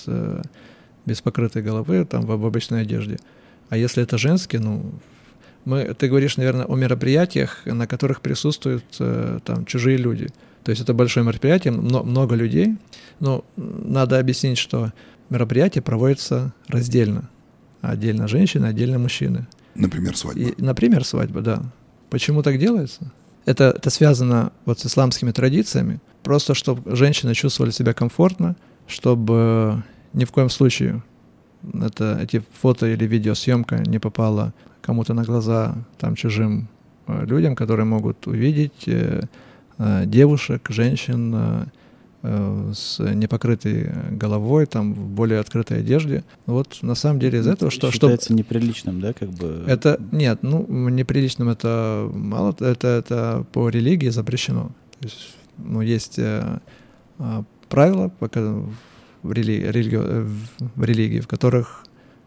без покрытой головы, там в обычной одежде. А если это женские, ты говоришь, наверное, о мероприятиях, на которых присутствуют там чужие люди. То есть это большое мероприятие, много людей. Но надо объяснить, что мероприятие проводится раздельно. Отдельно женщины, отдельно мужчины. Например, свадьба. Например, свадьба, да. Почему так делается? Это связано вот с исламскими традициями. Просто чтобы женщины чувствовали себя комфортно, чтобы ни в коем случае эти фото или видеосъемка не попала кому-то на глаза там чужим людям, которые могут увидеть девушек, женщин с непокрытой головой, там в более открытой одежде. Вот на самом деле из этого считается неприличным, да, как бы. Это нет, неприличным это мало, это по религии запрещено. То есть, есть правила, в религии, в которых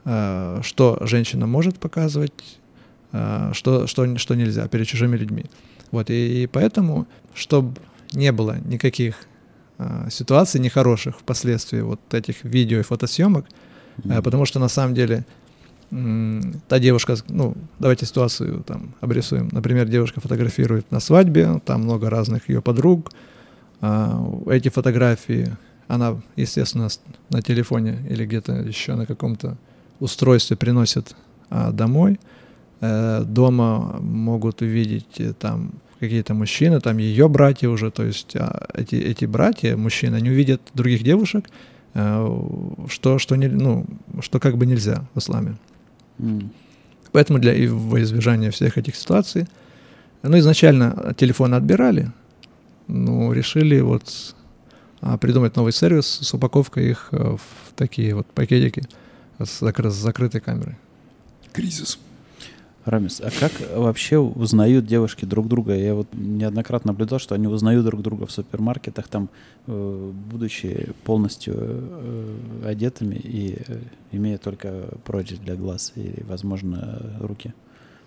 что женщина может показывать, что нельзя перед чужими людьми. Вот, и поэтому, чтобы не было никаких ситуаций нехороших впоследствии вот этих видео и фотосъемок, потому что на самом деле та девушка, давайте ситуацию там обрисуем. Например, девушка фотографирует на свадьбе, там много разных ее подруг. Эти фотографии она, естественно, на телефоне или где-то еще на каком-то устройстве приносит домой. Дома могут увидеть там какие-то мужчины, там ее братья уже, то есть эти братья, мужчины, они увидят других девушек, что как бы нельзя в исламе. Поэтому во избежание всех этих ситуаций, изначально телефоны отбирали, решили придумать новый сервис с упаковкой их в такие вот пакетики с закрытой камерой. Кризис. Рамис, а как вообще узнают девушки друг друга? Я вот неоднократно наблюдал, что они узнают друг друга в супермаркетах, там, будучи полностью одетыми и имея только прочь для глаз и, возможно, руки.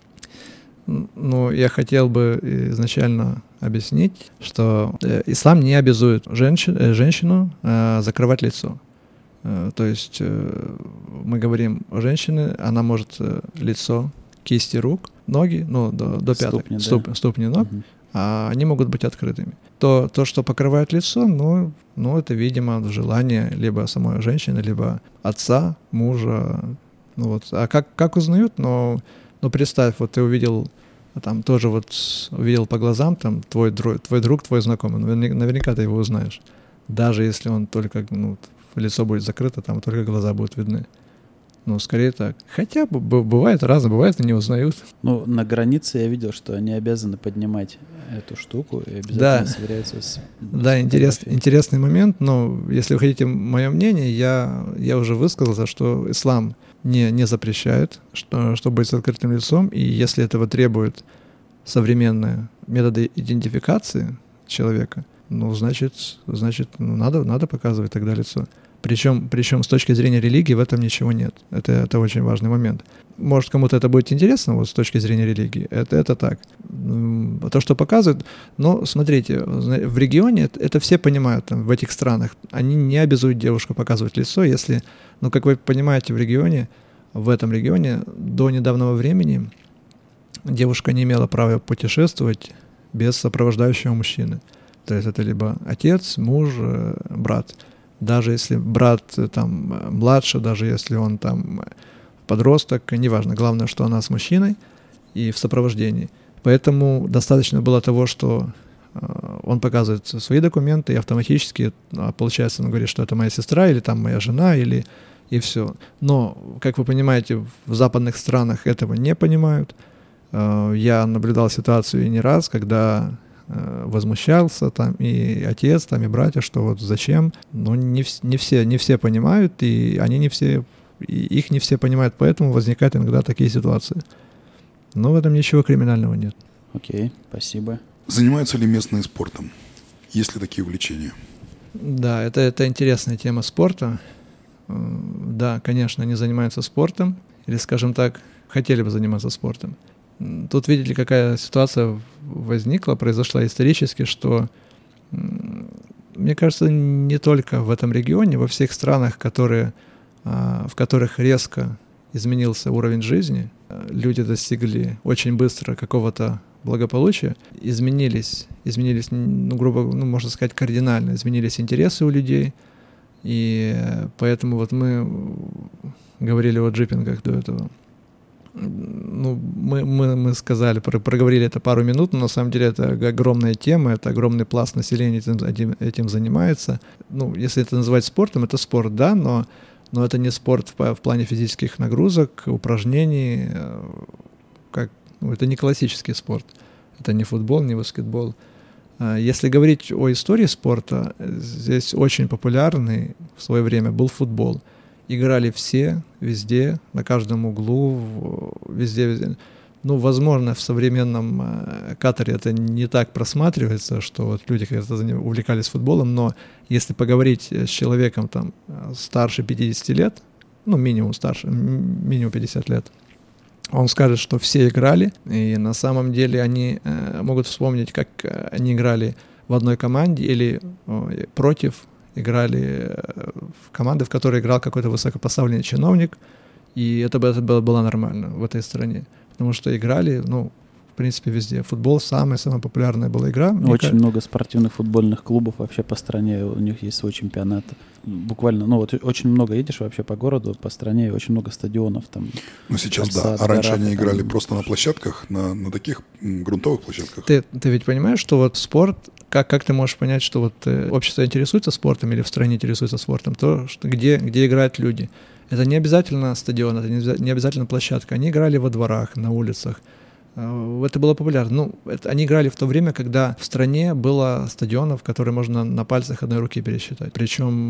Я хотел бы изначально объяснить, что ислам не обязует женщину закрывать лицо. То есть мы говорим о женщине, она может лицо, кисти рук, ноги, до пяток, ступни ног, а они могут быть открытыми. То, что покрывает лицо, это, видимо, желание либо самой женщины, либо отца, мужа. А как узнают? Представь, ты увидел, там тоже увидел по глазам, там твой друг, твой знакомый, наверняка ты его узнаешь. Даже если он только, лицо будет закрыто, там только глаза будут видны. Скорее так. Хотя бывает разное, бывает и не узнают. На границе я видел, что они обязаны поднимать эту штуку и обязательно сверяются с... Да, интересный момент, но если вы хотите мое мнение, я уже высказался, что ислам не запрещает, что быть с открытым лицом, и если этого требуют современные методы идентификации человека, значит, надо показывать тогда лицо. Причем с точки зрения религии в этом ничего нет. Это очень важный момент. Может, кому-то это будет интересно с точки зрения религии. Это так. То, что показывают... смотрите, в регионе это все понимают, там, в этих странах. Они не обязуют девушку показывать лицо, если... как вы понимаете, в этом регионе до недавнего времени девушка не имела права путешествовать без сопровождающего мужчины. То есть это либо отец, муж, брат. Даже если брат там младше, даже если он там подросток, неважно. Главное, что она с мужчиной и в сопровождении. Поэтому достаточно было того, что он показывает свои документы, и автоматически, получается, он говорит, что это моя сестра, или там моя жена, и все. Но, как вы понимаете, в западных странах этого не понимают. Я наблюдал ситуацию и не раз, когда... возмущался там и отец, там и братья, что зачем, но не все понимают, и их не все понимают, поэтому возникают иногда такие ситуации. Но в этом ничего криминального нет. Окей, спасибо. Занимаются ли местные спортом? Есть ли такие увлечения? Да, это интересная тема спорта. Да, конечно, они занимаются спортом, или, скажем так, хотели бы заниматься спортом. Тут, видите, какая ситуация произошла исторически, что, мне кажется, не только в этом регионе, во всех странах, в которых резко изменился уровень жизни, люди достигли очень быстро какого-то благополучия, изменились, можно сказать, кардинально, изменились интересы у людей, и поэтому мы говорили о джипингах до этого. Мы сказали, проговорили это пару минут, но на самом деле это огромная тема, это огромный пласт населения этим занимается. Если это называть спортом, это спорт, да, но это не спорт в плане физических нагрузок, упражнений, это не классический спорт, это не футбол, не баскетбол. Если говорить о истории спорта, здесь очень популярный в свое время был футбол. Играли все, везде, на каждом углу, везде. Возможно, в современном Катаре это не так просматривается, что люди когда-то увлекались футболом, но если поговорить с человеком там старше 50 лет, минимум старше, минимум 50 лет. Он скажет, что все играли, и на самом деле они могут вспомнить, как они играли в одной команде или против, играли в команды, в которой играл какой-то высокопоставленный чиновник, и это было нормально в этой стране, потому что играли, в принципе, везде. Футбол самая популярная была игра. Очень много спортивных футбольных клубов вообще по стране, у них есть свой чемпионат. Буквально, очень много едешь вообще по городу, по стране, очень много стадионов там. Сейчас да, а раньше они играли просто на площадках, на таких грунтовых площадках. Ты ведь понимаешь, что вот спорт, как ты можешь понять, что вот общество интересуется спортом или в стране интересуется спортом, то, что где играют люди. Это не обязательно стадион, это не обязательно площадка. Они играли во дворах, на улицах. Это было популярно. Они играли в то время, когда в стране было стадионов, которые можно на пальцах одной руки пересчитать. Причем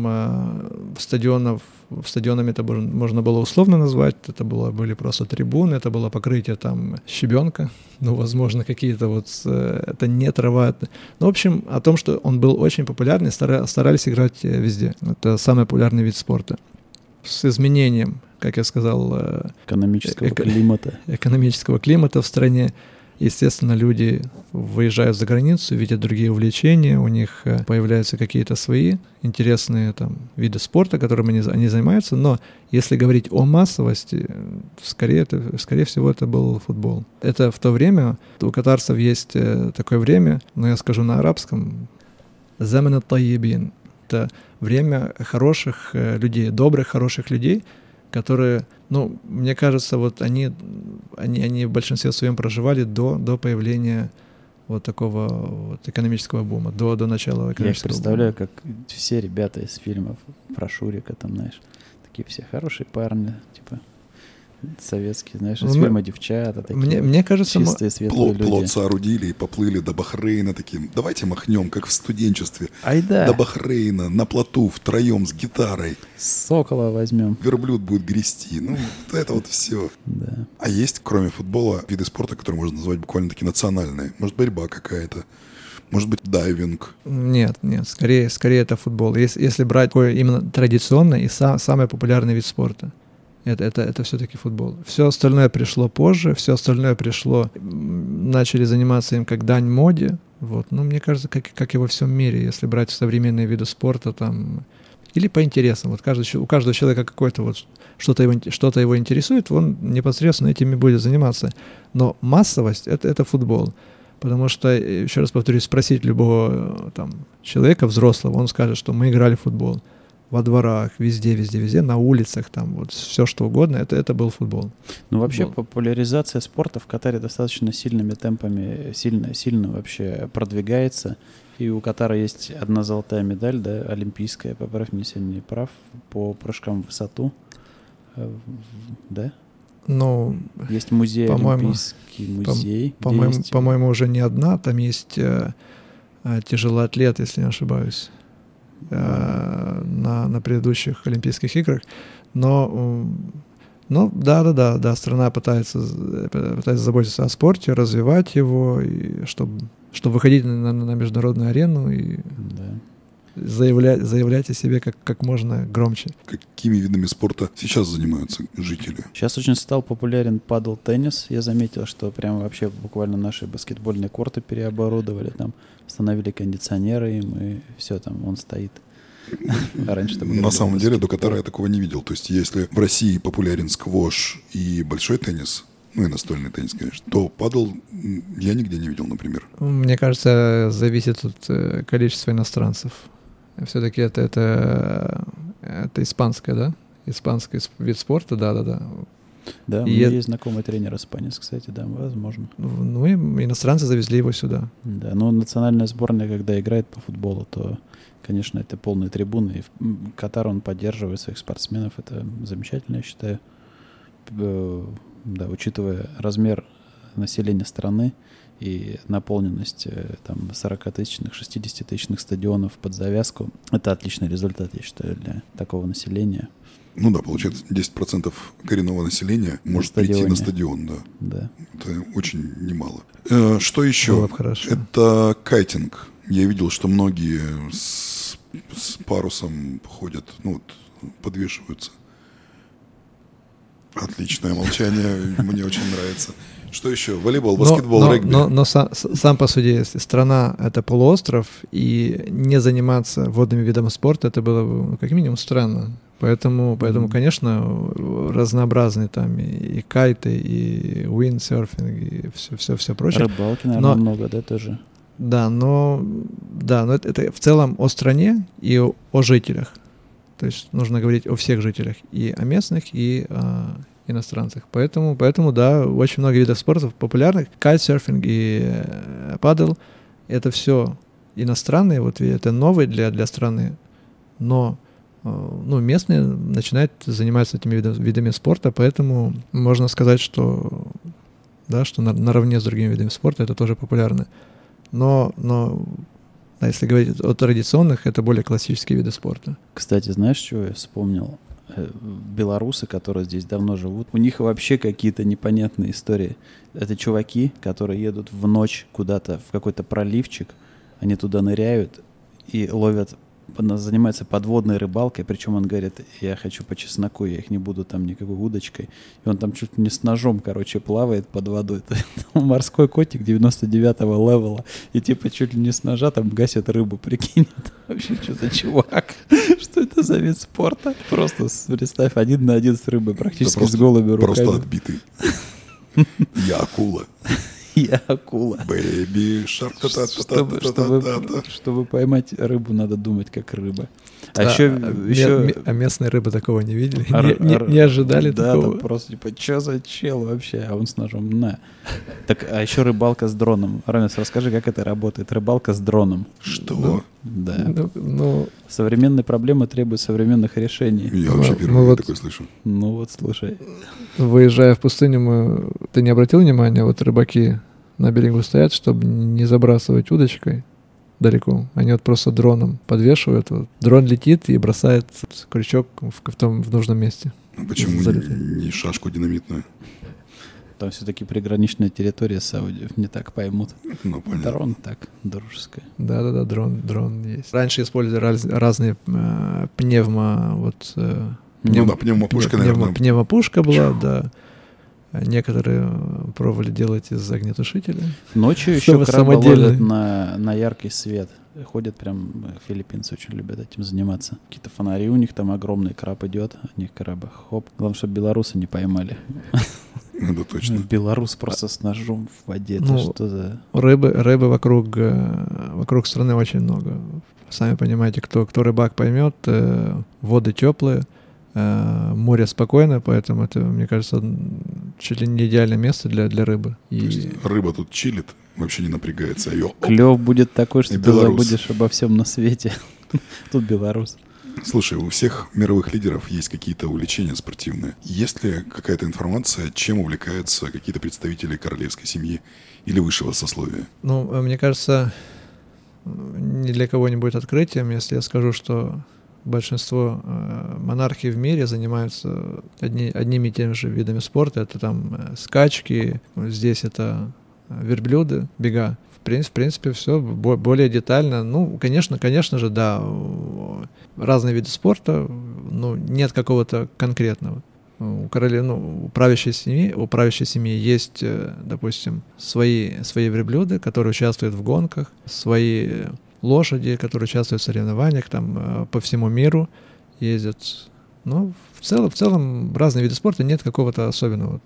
стадионами это можно было условно назвать. Это были просто трибуны, это было покрытие там щебенка, возможно, какие-то это не трава. В общем, о том, что он был очень популярный, старались играть везде. Это самый популярный вид спорта. С изменением, как я сказал, экономического климата в стране. Естественно, люди выезжают за границу, видят другие увлечения, у них появляются какие-то свои интересные виды спорта, которыми они занимаются. Но если говорить о массовости, скорее всего, это был футбол. Это в то время, у катарцев есть такое время, я скажу на арабском, «Заман ат-тайибин». Это время хороших людей, добрых, хороших людей, которые, мне кажется, они в большинстве своем проживали до появления такого экономического бума, до начала экономического бума. Я их представляю, как все ребята из фильмов про Шурика, такие все хорошие парни, советские, из фильма «Девчата», такие мне кажется, чистые, светлые люди. Плот соорудили и поплыли до Бахрейна таким. Давайте махнем, как в студенчестве. Айда. До Бахрейна, на плоту, втроем, с гитарой. Сокола возьмем. Верблюд будет грести. Это все. Да. А есть, кроме футбола, виды спорта, которые можно назвать буквально-таки национальные? Может, борьба какая-то? Может быть, дайвинг? Нет, скорее это футбол. Если брать такой именно традиционный и самый популярный вид спорта. Это все-таки футбол. Все остальное пришло позже, начали заниматься им как дань моде. Мне кажется, как и во всем мире, если брать современные виды спорта, или по интересам. У каждого человека какое-то что-то его интересует, он непосредственно этими будет заниматься. Но массовость это футбол. Потому что, еще раз повторюсь, спросить любого человека, взрослого, он скажет, что мы играли в футбол. Во дворах, везде, на улицах, все что угодно, это был футбол. Вообще популяризация спорта в Катаре достаточно сильными темпами, сильно вообще продвигается. И у Катара есть одна золотая медаль, олимпийская, поправь меня, если не прав, по прыжкам в высоту. Да? Есть музей, олимпийский музей. По-моему, уже не одна, там есть тяжелоатлет, если не ошибаюсь. На предыдущих Олимпийских играх, но да, страна пытается заботиться о спорте, развивать его, и чтобы выходить на международную арену и заявлять о себе как можно громче. Какими видами спорта сейчас занимаются жители? Сейчас очень стал популярен падл-теннис. Я заметил, что прям вообще буквально наши баскетбольные корты переоборудовали, установили кондиционеры им, и все, он стоит. Раньше на самом деле до Катара я такого не видел. То есть если в России популярен сквош и большой теннис, и настольный теннис, конечно, то падл я нигде не видел, например. Мне кажется, зависит от количества иностранцев. Все-таки это испанская, да? Испанский вид спорта, да. Да, у меня есть знакомый тренер испанец, кстати, да, возможно. И иностранцы завезли его сюда. Да, национальная сборная, когда играет по футболу, то, конечно, это полные трибуны. И Катар, он поддерживает своих спортсменов, это замечательно, я считаю. Да, учитывая размер населения страны и наполненность 40-тысячных, 60-тысячных стадионов под завязку, это отличный результат, я считаю, для такого населения. Получается, 10% коренного населения может прийти на стадион, да. Это очень немало. Что еще? Это кайтинг. Я видел, что многие с парусом ходят, подвешиваются. Отличное молчание, мне очень нравится. Что еще? Волейбол, баскетбол, регби. Но сам по сути, если страна — это полуостров, и не заниматься водными видами спорта, это было бы как минимум странно. Поэтому, конечно, разнообразные там и кайты, и уиндсерфинг, и все прочее. Рыбалки, наверное, много, да, тоже? Да, но это в целом о стране и о жителях. То есть нужно говорить о всех жителях, и о местных, и о иностранцах. Поэтому, да, очень много видов спорта популярных. Кайтсерфинг и паддл — это все иностранные, вот это новые для страны, но местные начинают заниматься этими видами спорта, поэтому можно сказать, что наравне с другими видами спорта это тоже популярно. Но если говорить о традиционных, это более классические виды спорта. Кстати, знаешь, что я вспомнил? Белорусы, которые здесь давно живут, у них вообще какие-то непонятные истории. Это чуваки, которые едут в ночь куда-то в какой-то проливчик, они туда ныряют и ловят, занимаются подводной рыбалкой, причем он говорит, я хочу по чесноку, я их не буду там никакой удочкой. И он там чуть ли не с ножом, плавает под водой. Морской котик 99-го левела, и типа чуть ли не с ножа там гасит рыбу, прикинь. Это вообще что за чувак? Что это за вид спорта? Просто представь, 1 на 1 с рыбой, практически с голыми руками. Просто отбитый. Я акула. Я акула. Бэйби шарк. Чтобы поймать рыбу, надо думать как рыба. А местные рыбы такого не видели? Не ожидали такого? Да, просто типа, что за чел вообще? А он с ножом, на. Так, а еще рыбалка с дроном. Рамис, расскажи, как это работает. Рыбалка с дроном. Что? Да. Современные проблемы требуют современных решений. Я вообще впервые такое слышу. Ну вот, слушай. Выезжая в пустыню, ты не обратил внимания, вот рыбаки на берегу стоят, чтобы не забрасывать удочкой далеко. Они вот просто дроном подвешивают. Вот. Дрон летит и бросает крючок в нужном месте. А почему не шашку динамитную? Там все-таки приграничная территория Сауди, не так поймут. Ну, понятно. Дрон так, дружеская. Да, дрон есть. Раньше использовали разные пневмопушка, наверное. Пневмопушка была, да. Некоторые пробовали делать из огнетушителя. Ночью еще крабы ловят на яркий свет. Ходят прям, филиппинцы очень любят этим заниматься. Какие-то фонари у них, там огромный краб идет, у них крабы, хоп. Главное, чтобы белорусы не поймали. Это точно. Белорус просто с ножом в воде. Это что за... Рыбы вокруг страны очень много. Сами понимаете, кто рыбак поймет, воды теплые, море спокойно, поэтому это, мне кажется, чуть ли не идеальное место для рыбы. То есть рыба тут чилит, вообще не напрягается. Клев будет такой, что ты забудешь обо всем на свете. Тут белорус. Слушай, у всех мировых лидеров есть какие-то увлечения спортивные. Есть ли какая-то информация, чем увлекаются какие-то представители королевской семьи или высшего сословия? Мне кажется, ни для кого не будет открытием, если я скажу, что большинство монархий в мире занимаются одними и теми же видами спорта. Это там скачки, здесь это верблюды, бега. В принципе, все более детально. Конечно же, да, разные виды спорта, нет какого-то конкретного. У правящей семьи есть, допустим, свои в которые участвуют в гонках, свои лошади, которые участвуют в соревнованиях, там по всему миру ездят. В целом разные виды спорта, нет какого-то особенного.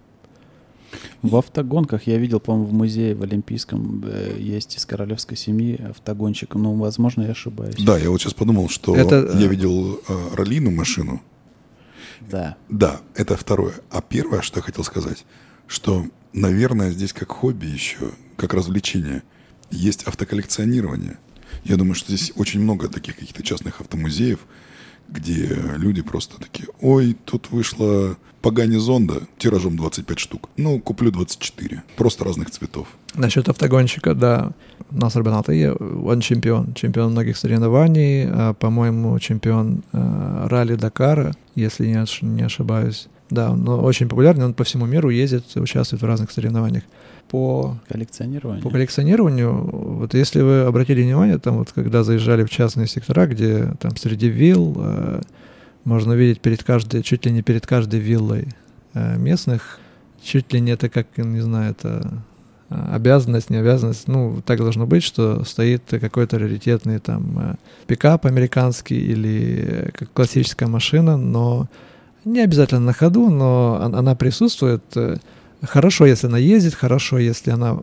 В автогонках я видел, по-моему, в музее в Олимпийском есть из королевской семьи автогонщик. Возможно, я ошибаюсь. Да, я вот сейчас подумал, что я видел раллийную машину. Да. Да, это второе. А первое, что я хотел сказать, что, наверное, здесь как хобби еще, как развлечение, есть автоколлекционирование. Я думаю, что здесь очень много таких каких-то частных автомузеев, где люди просто такие: ой, тут вышла Пагани Зонда тиражом 25 штук. Куплю 24. Просто разных цветов. Насчет автогонщика, да. Насар Бен Атия, он чемпион многих соревнований, по-моему, чемпион ралли Дакара, если не ошибаюсь. Да, он очень популярный, он по всему миру ездит, участвует в разных соревнованиях. По коллекционированию, вот если вы обратили внимание, там вот когда заезжали в частные сектора, где там среди вилл можно увидеть чуть ли не перед каждой виллой местных чуть ли не это как, не знаю, это обязанность, не обязанность, ну, так должно быть, что стоит какой-то раритетный там пикап американский или классическая машина, но не обязательно на ходу, но она присутствует. Хорошо, если она ездит, хорошо, если она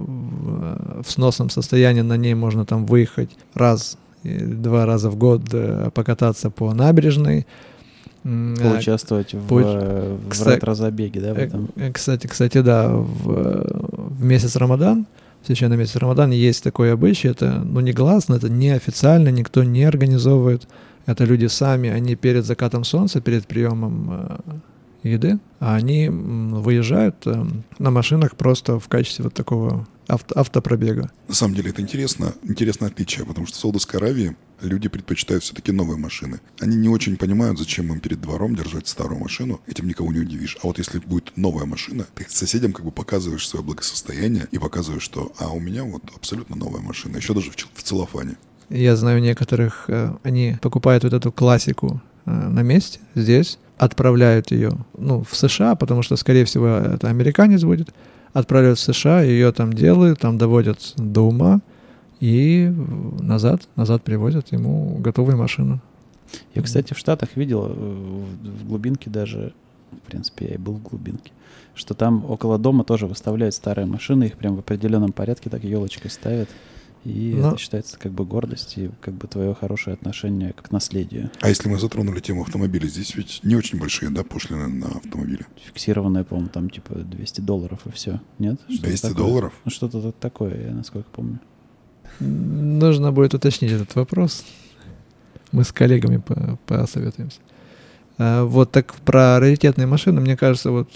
в сносном состоянии, на ней можно там выехать два раза в год, покататься по набережной. Поучаствовать в ретро-забеге, да, в этом? Кстати, да, в месяц Рамадан, в священный месяц Рамадан есть такой обычай, это, негласно, это неофициально, никто не организовывает, это люди сами, они перед закатом солнца, перед приемом еды, они выезжают на машинах просто в качестве вот такого автопробега. На самом деле это интересное отличие, потому что в Саудовской Аравии люди предпочитают все-таки новые машины. Они не очень понимают, зачем им перед двором держать старую машину, этим никого не удивишь. А вот если будет новая машина, ты соседям как бы показываешь свое благосостояние и показываешь, что у меня вот абсолютно новая машина, еще даже в целлофане. Я знаю некоторых, они покупают вот эту классику на месте, здесь, отправляют ее, в США, потому что, скорее всего, это американец будет, отправляют в США, ее там делают, там доводят до ума и назад привозят ему готовую машину. Я, кстати, в Штатах видел, в глубинке даже, в принципе, я и был в глубинке, что там около дома тоже выставляют старые машины, их прям в определенном порядке так елочкой ставят. И это считается как бы гордость и как бы твое хорошее отношение к наследию. А если мы затронули тему автомобилей, здесь ведь не очень большие, да, пошлины на автомобили? Фиксированные, по-моему, там типа $200 и все. Нет? $200? Что-то такое, я насколько помню. Нужно будет уточнить этот вопрос. Мы с коллегами посоветуемся. Вот так про раритетные машины, мне кажется, вот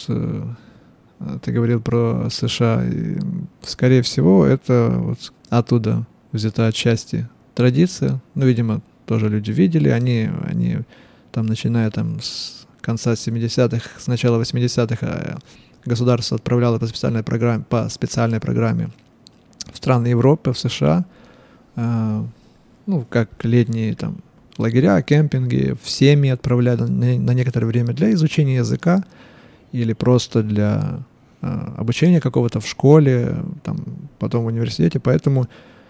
ты говорил про США. И, скорее всего, это вот оттуда взята отчасти традиция. Видимо, тоже люди видели. Они там, начиная там с конца 70-х, с начала 80-х, государство отправляло по специальной программе в страны Европы, в США, как летние там лагеря, кемпинги, в семьи отправляли на некоторое время для изучения языка или просто для обучения какого-то в школе, там, потом в университете, поэтому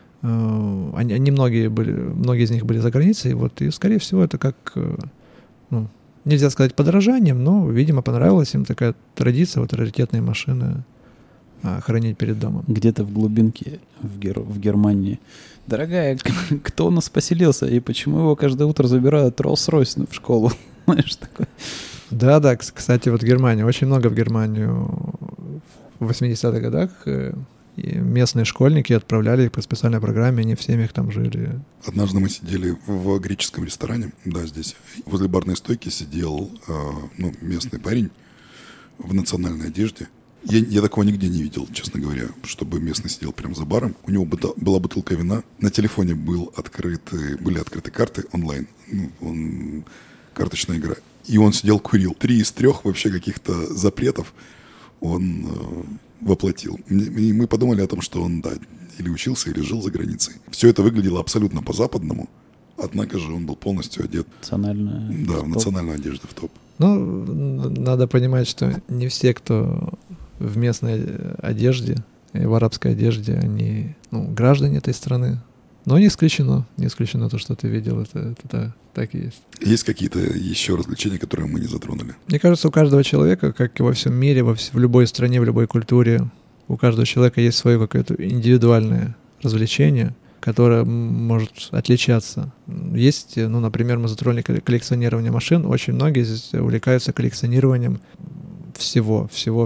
многие из них были за границей, и, скорее всего, это как, нельзя сказать подражанием, но, видимо, понравилась им такая традиция, раритетные машины хранить перед домом. Где-то в глубинке в Германии. Дорогая, кто у нас поселился и почему его каждое утро забирают Роллс-Ройс в школу? Знаешь, такое. Да, кстати, Германия. Очень много в Германию в 80-х годах и местные школьники отправляли их по специальной программе, они в семьях там жили. Однажды мы сидели в греческом ресторане, да, здесь. Возле барной стойки сидел местный парень в национальной одежде. Я такого нигде не видел, честно говоря, чтобы местный сидел прямо за баром. У него была бутылка вина, на телефоне были открыты карты онлайн, карточная игра. И он сидел, курил. 3 из 3 вообще каких-то запретов он воплотил. И мы подумали о том, что он, или учился, или жил за границей. Все это выглядело абсолютно по-западному, однако же он был полностью одет. В национальную одежду в топ. Надо понимать, что не все, кто в местной одежде, в арабской одежде, они граждане этой страны. Но не исключено то, что ты видел, это так и есть. Есть какие-то еще развлечения, которые мы не затронули? Мне кажется, у каждого человека, как и во всем мире, в любой стране, в любой культуре, у каждого человека есть свое какое-то индивидуальное развлечение, которое может отличаться. Есть, например, мы затронули коллекционирование машин. Очень многие здесь увлекаются коллекционированием всего.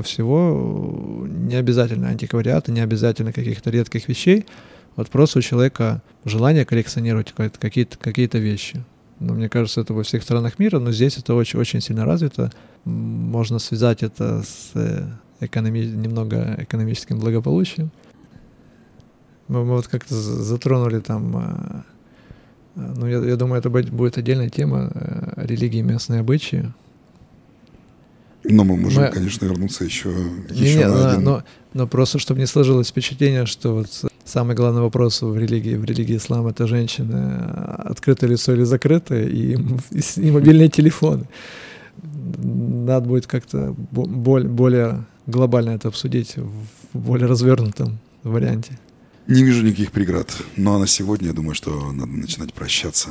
Не обязательно антиквариата, не обязательно каких-то редких вещей. Просто у человека желание коллекционировать какие-то вещи. Мне кажется, это во всех странах мира, но здесь это очень, очень сильно развито. Можно связать это с немного экономическим благополучием. Мы как-то затронули там, я думаю, это будет отдельная тема религии, местные обычаи. Но мы можем, конечно, вернуться еще на один. Но просто, чтобы не сложилось впечатление, что самый главный вопрос в религии ислама — это женщины, открытое лицо или закрытое, и мобильные телефоны. Надо будет как-то более глобально это обсудить в более развернутом варианте. Не вижу никаких преград. Ну а на сегодня я думаю, что надо начинать прощаться.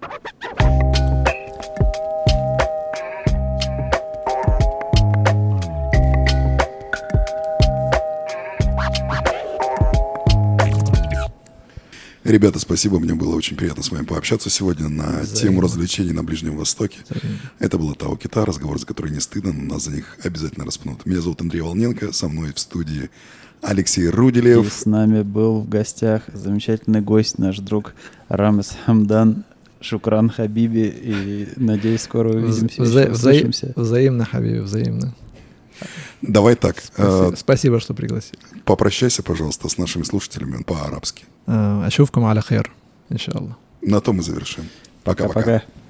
Ребята, спасибо. Мне было очень приятно с вами пообщаться сегодня на тему развлечений на Ближнем Востоке. Это была Тау Кита, разговор, за который не стыдно, но нас за них обязательно распнут. Меня зовут Андрей Волненко, со мной в студии Алексей Руделев. И с нами был в гостях замечательный гость, наш друг Рамес Хамдан. Шукран, Хабиби, и надеюсь, скоро увидимся, услышимся. Взаимно, Хабиби, взаимно. Давай так. Спасибо, что пригласили. Попрощайся, пожалуйста, с нашими слушателями по-арабски. Ашуфкум аля хайр, иншаллах. На том мы завершим. Пока-пока. Пока-пока.